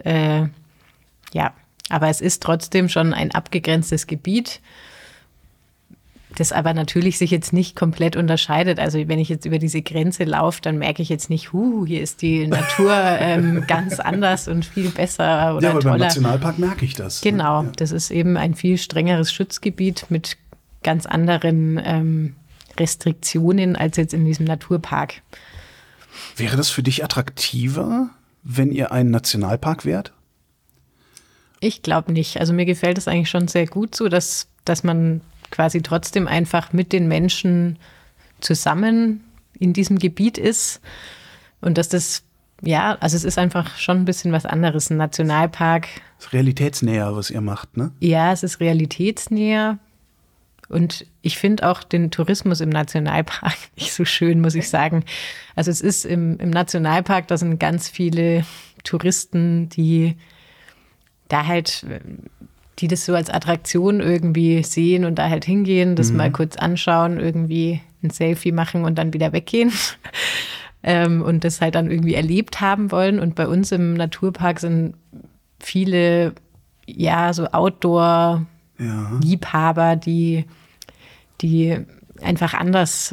Ja, aber es ist trotzdem schon ein abgegrenztes Gebiet, das aber natürlich sich jetzt nicht komplett unterscheidet. Also wenn ich jetzt über diese Grenze laufe, dann merke ich jetzt nicht, hier ist die Natur ganz anders und viel besser oder aber toller. Beim Nationalpark merke ich das. Genau, Ja. das ist eben ein viel strengeres Schutzgebiet mit ganz anderen Restriktionen als jetzt in diesem Naturpark. Wäre das für dich attraktiver, wenn ihr ein Nationalpark wärt? Ich glaube nicht. Also mir gefällt es eigentlich schon sehr gut so, dass man quasi trotzdem einfach mit den Menschen zusammen in diesem Gebiet ist und dass das, also es ist einfach schon ein bisschen was anderes. Ein Nationalpark. Das ist realitätsnäher, was ihr macht, ne? Ja, es ist realitätsnäher. Und ich finde auch den Tourismus im Nationalpark nicht so schön, muss ich sagen. Also es ist im Nationalpark, da sind ganz viele Touristen, die da halt, die das so als Attraktion irgendwie sehen und da halt hingehen, das mal kurz anschauen, irgendwie ein Selfie machen und dann wieder weggehen. Und das halt dann irgendwie erlebt haben wollen. Und bei uns im Naturpark sind viele, so Outdoor-Liebhaber, die einfach anders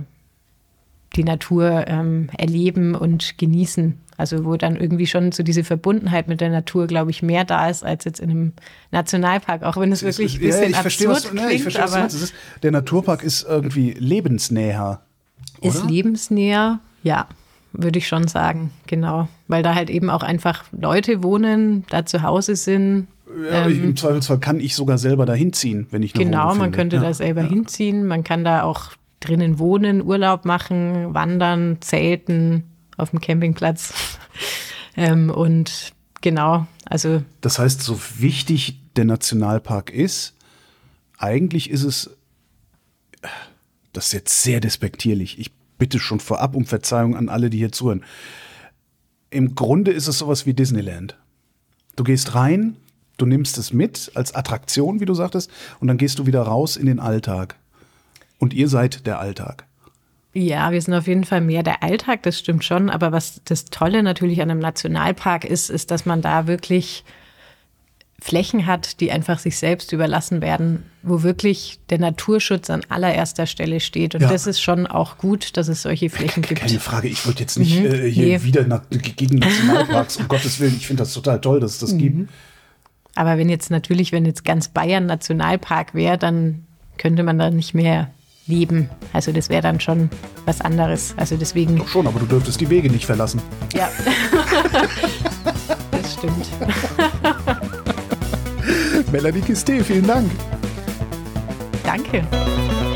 die Natur erleben und genießen. Also wo dann irgendwie schon so diese Verbundenheit mit der Natur, glaube ich, mehr da ist als jetzt in einem Nationalpark. Auch wenn es wirklich ein bisschen absurd klingt. Ich verstehe, was du meinst. Der Naturpark ist irgendwie lebensnäher, oder? Ist lebensnäher, ja, würde ich schon sagen, genau. Weil da halt eben auch einfach Leute wohnen, da zu Hause sind. Ja, im Zweifelsfall kann ich sogar selber da hinziehen, wenn ich eine Wohnung finde. Man könnte da selber hinziehen. Man kann da auch drinnen wohnen, Urlaub machen, wandern, zelten auf dem Campingplatz. Und genau, also. Das heißt, so wichtig der Nationalpark ist, eigentlich ist es, das ist jetzt sehr despektierlich, ich bitte schon vorab um Verzeihung an alle, die hier zuhören. Im Grunde ist es sowas wie Disneyland. Du gehst rein, du nimmst es mit als Attraktion, wie du sagtest, und dann gehst du wieder raus in den Alltag. Und ihr seid der Alltag. Ja, wir sind auf jeden Fall mehr der Alltag, das stimmt schon. Aber was das Tolle natürlich an einem Nationalpark ist, dass man da wirklich Flächen hat, die einfach sich selbst überlassen werden, wo wirklich der Naturschutz an allererster Stelle steht. Und das ist schon auch gut, dass es solche Flächen gibt. Keine Frage, ich wollte jetzt nicht wieder gegen Nationalparks, um Gottes Willen. Ich finde das total toll, dass es das gibt. Aber wenn jetzt ganz Bayern Nationalpark wäre, dann könnte man da nicht mehr leben. Also das wäre dann schon was anderes. Also deswegen. Doch schon, aber du dürftest die Wege nicht verlassen. Ja, das stimmt. Melanie Kisté, vielen Dank. Danke.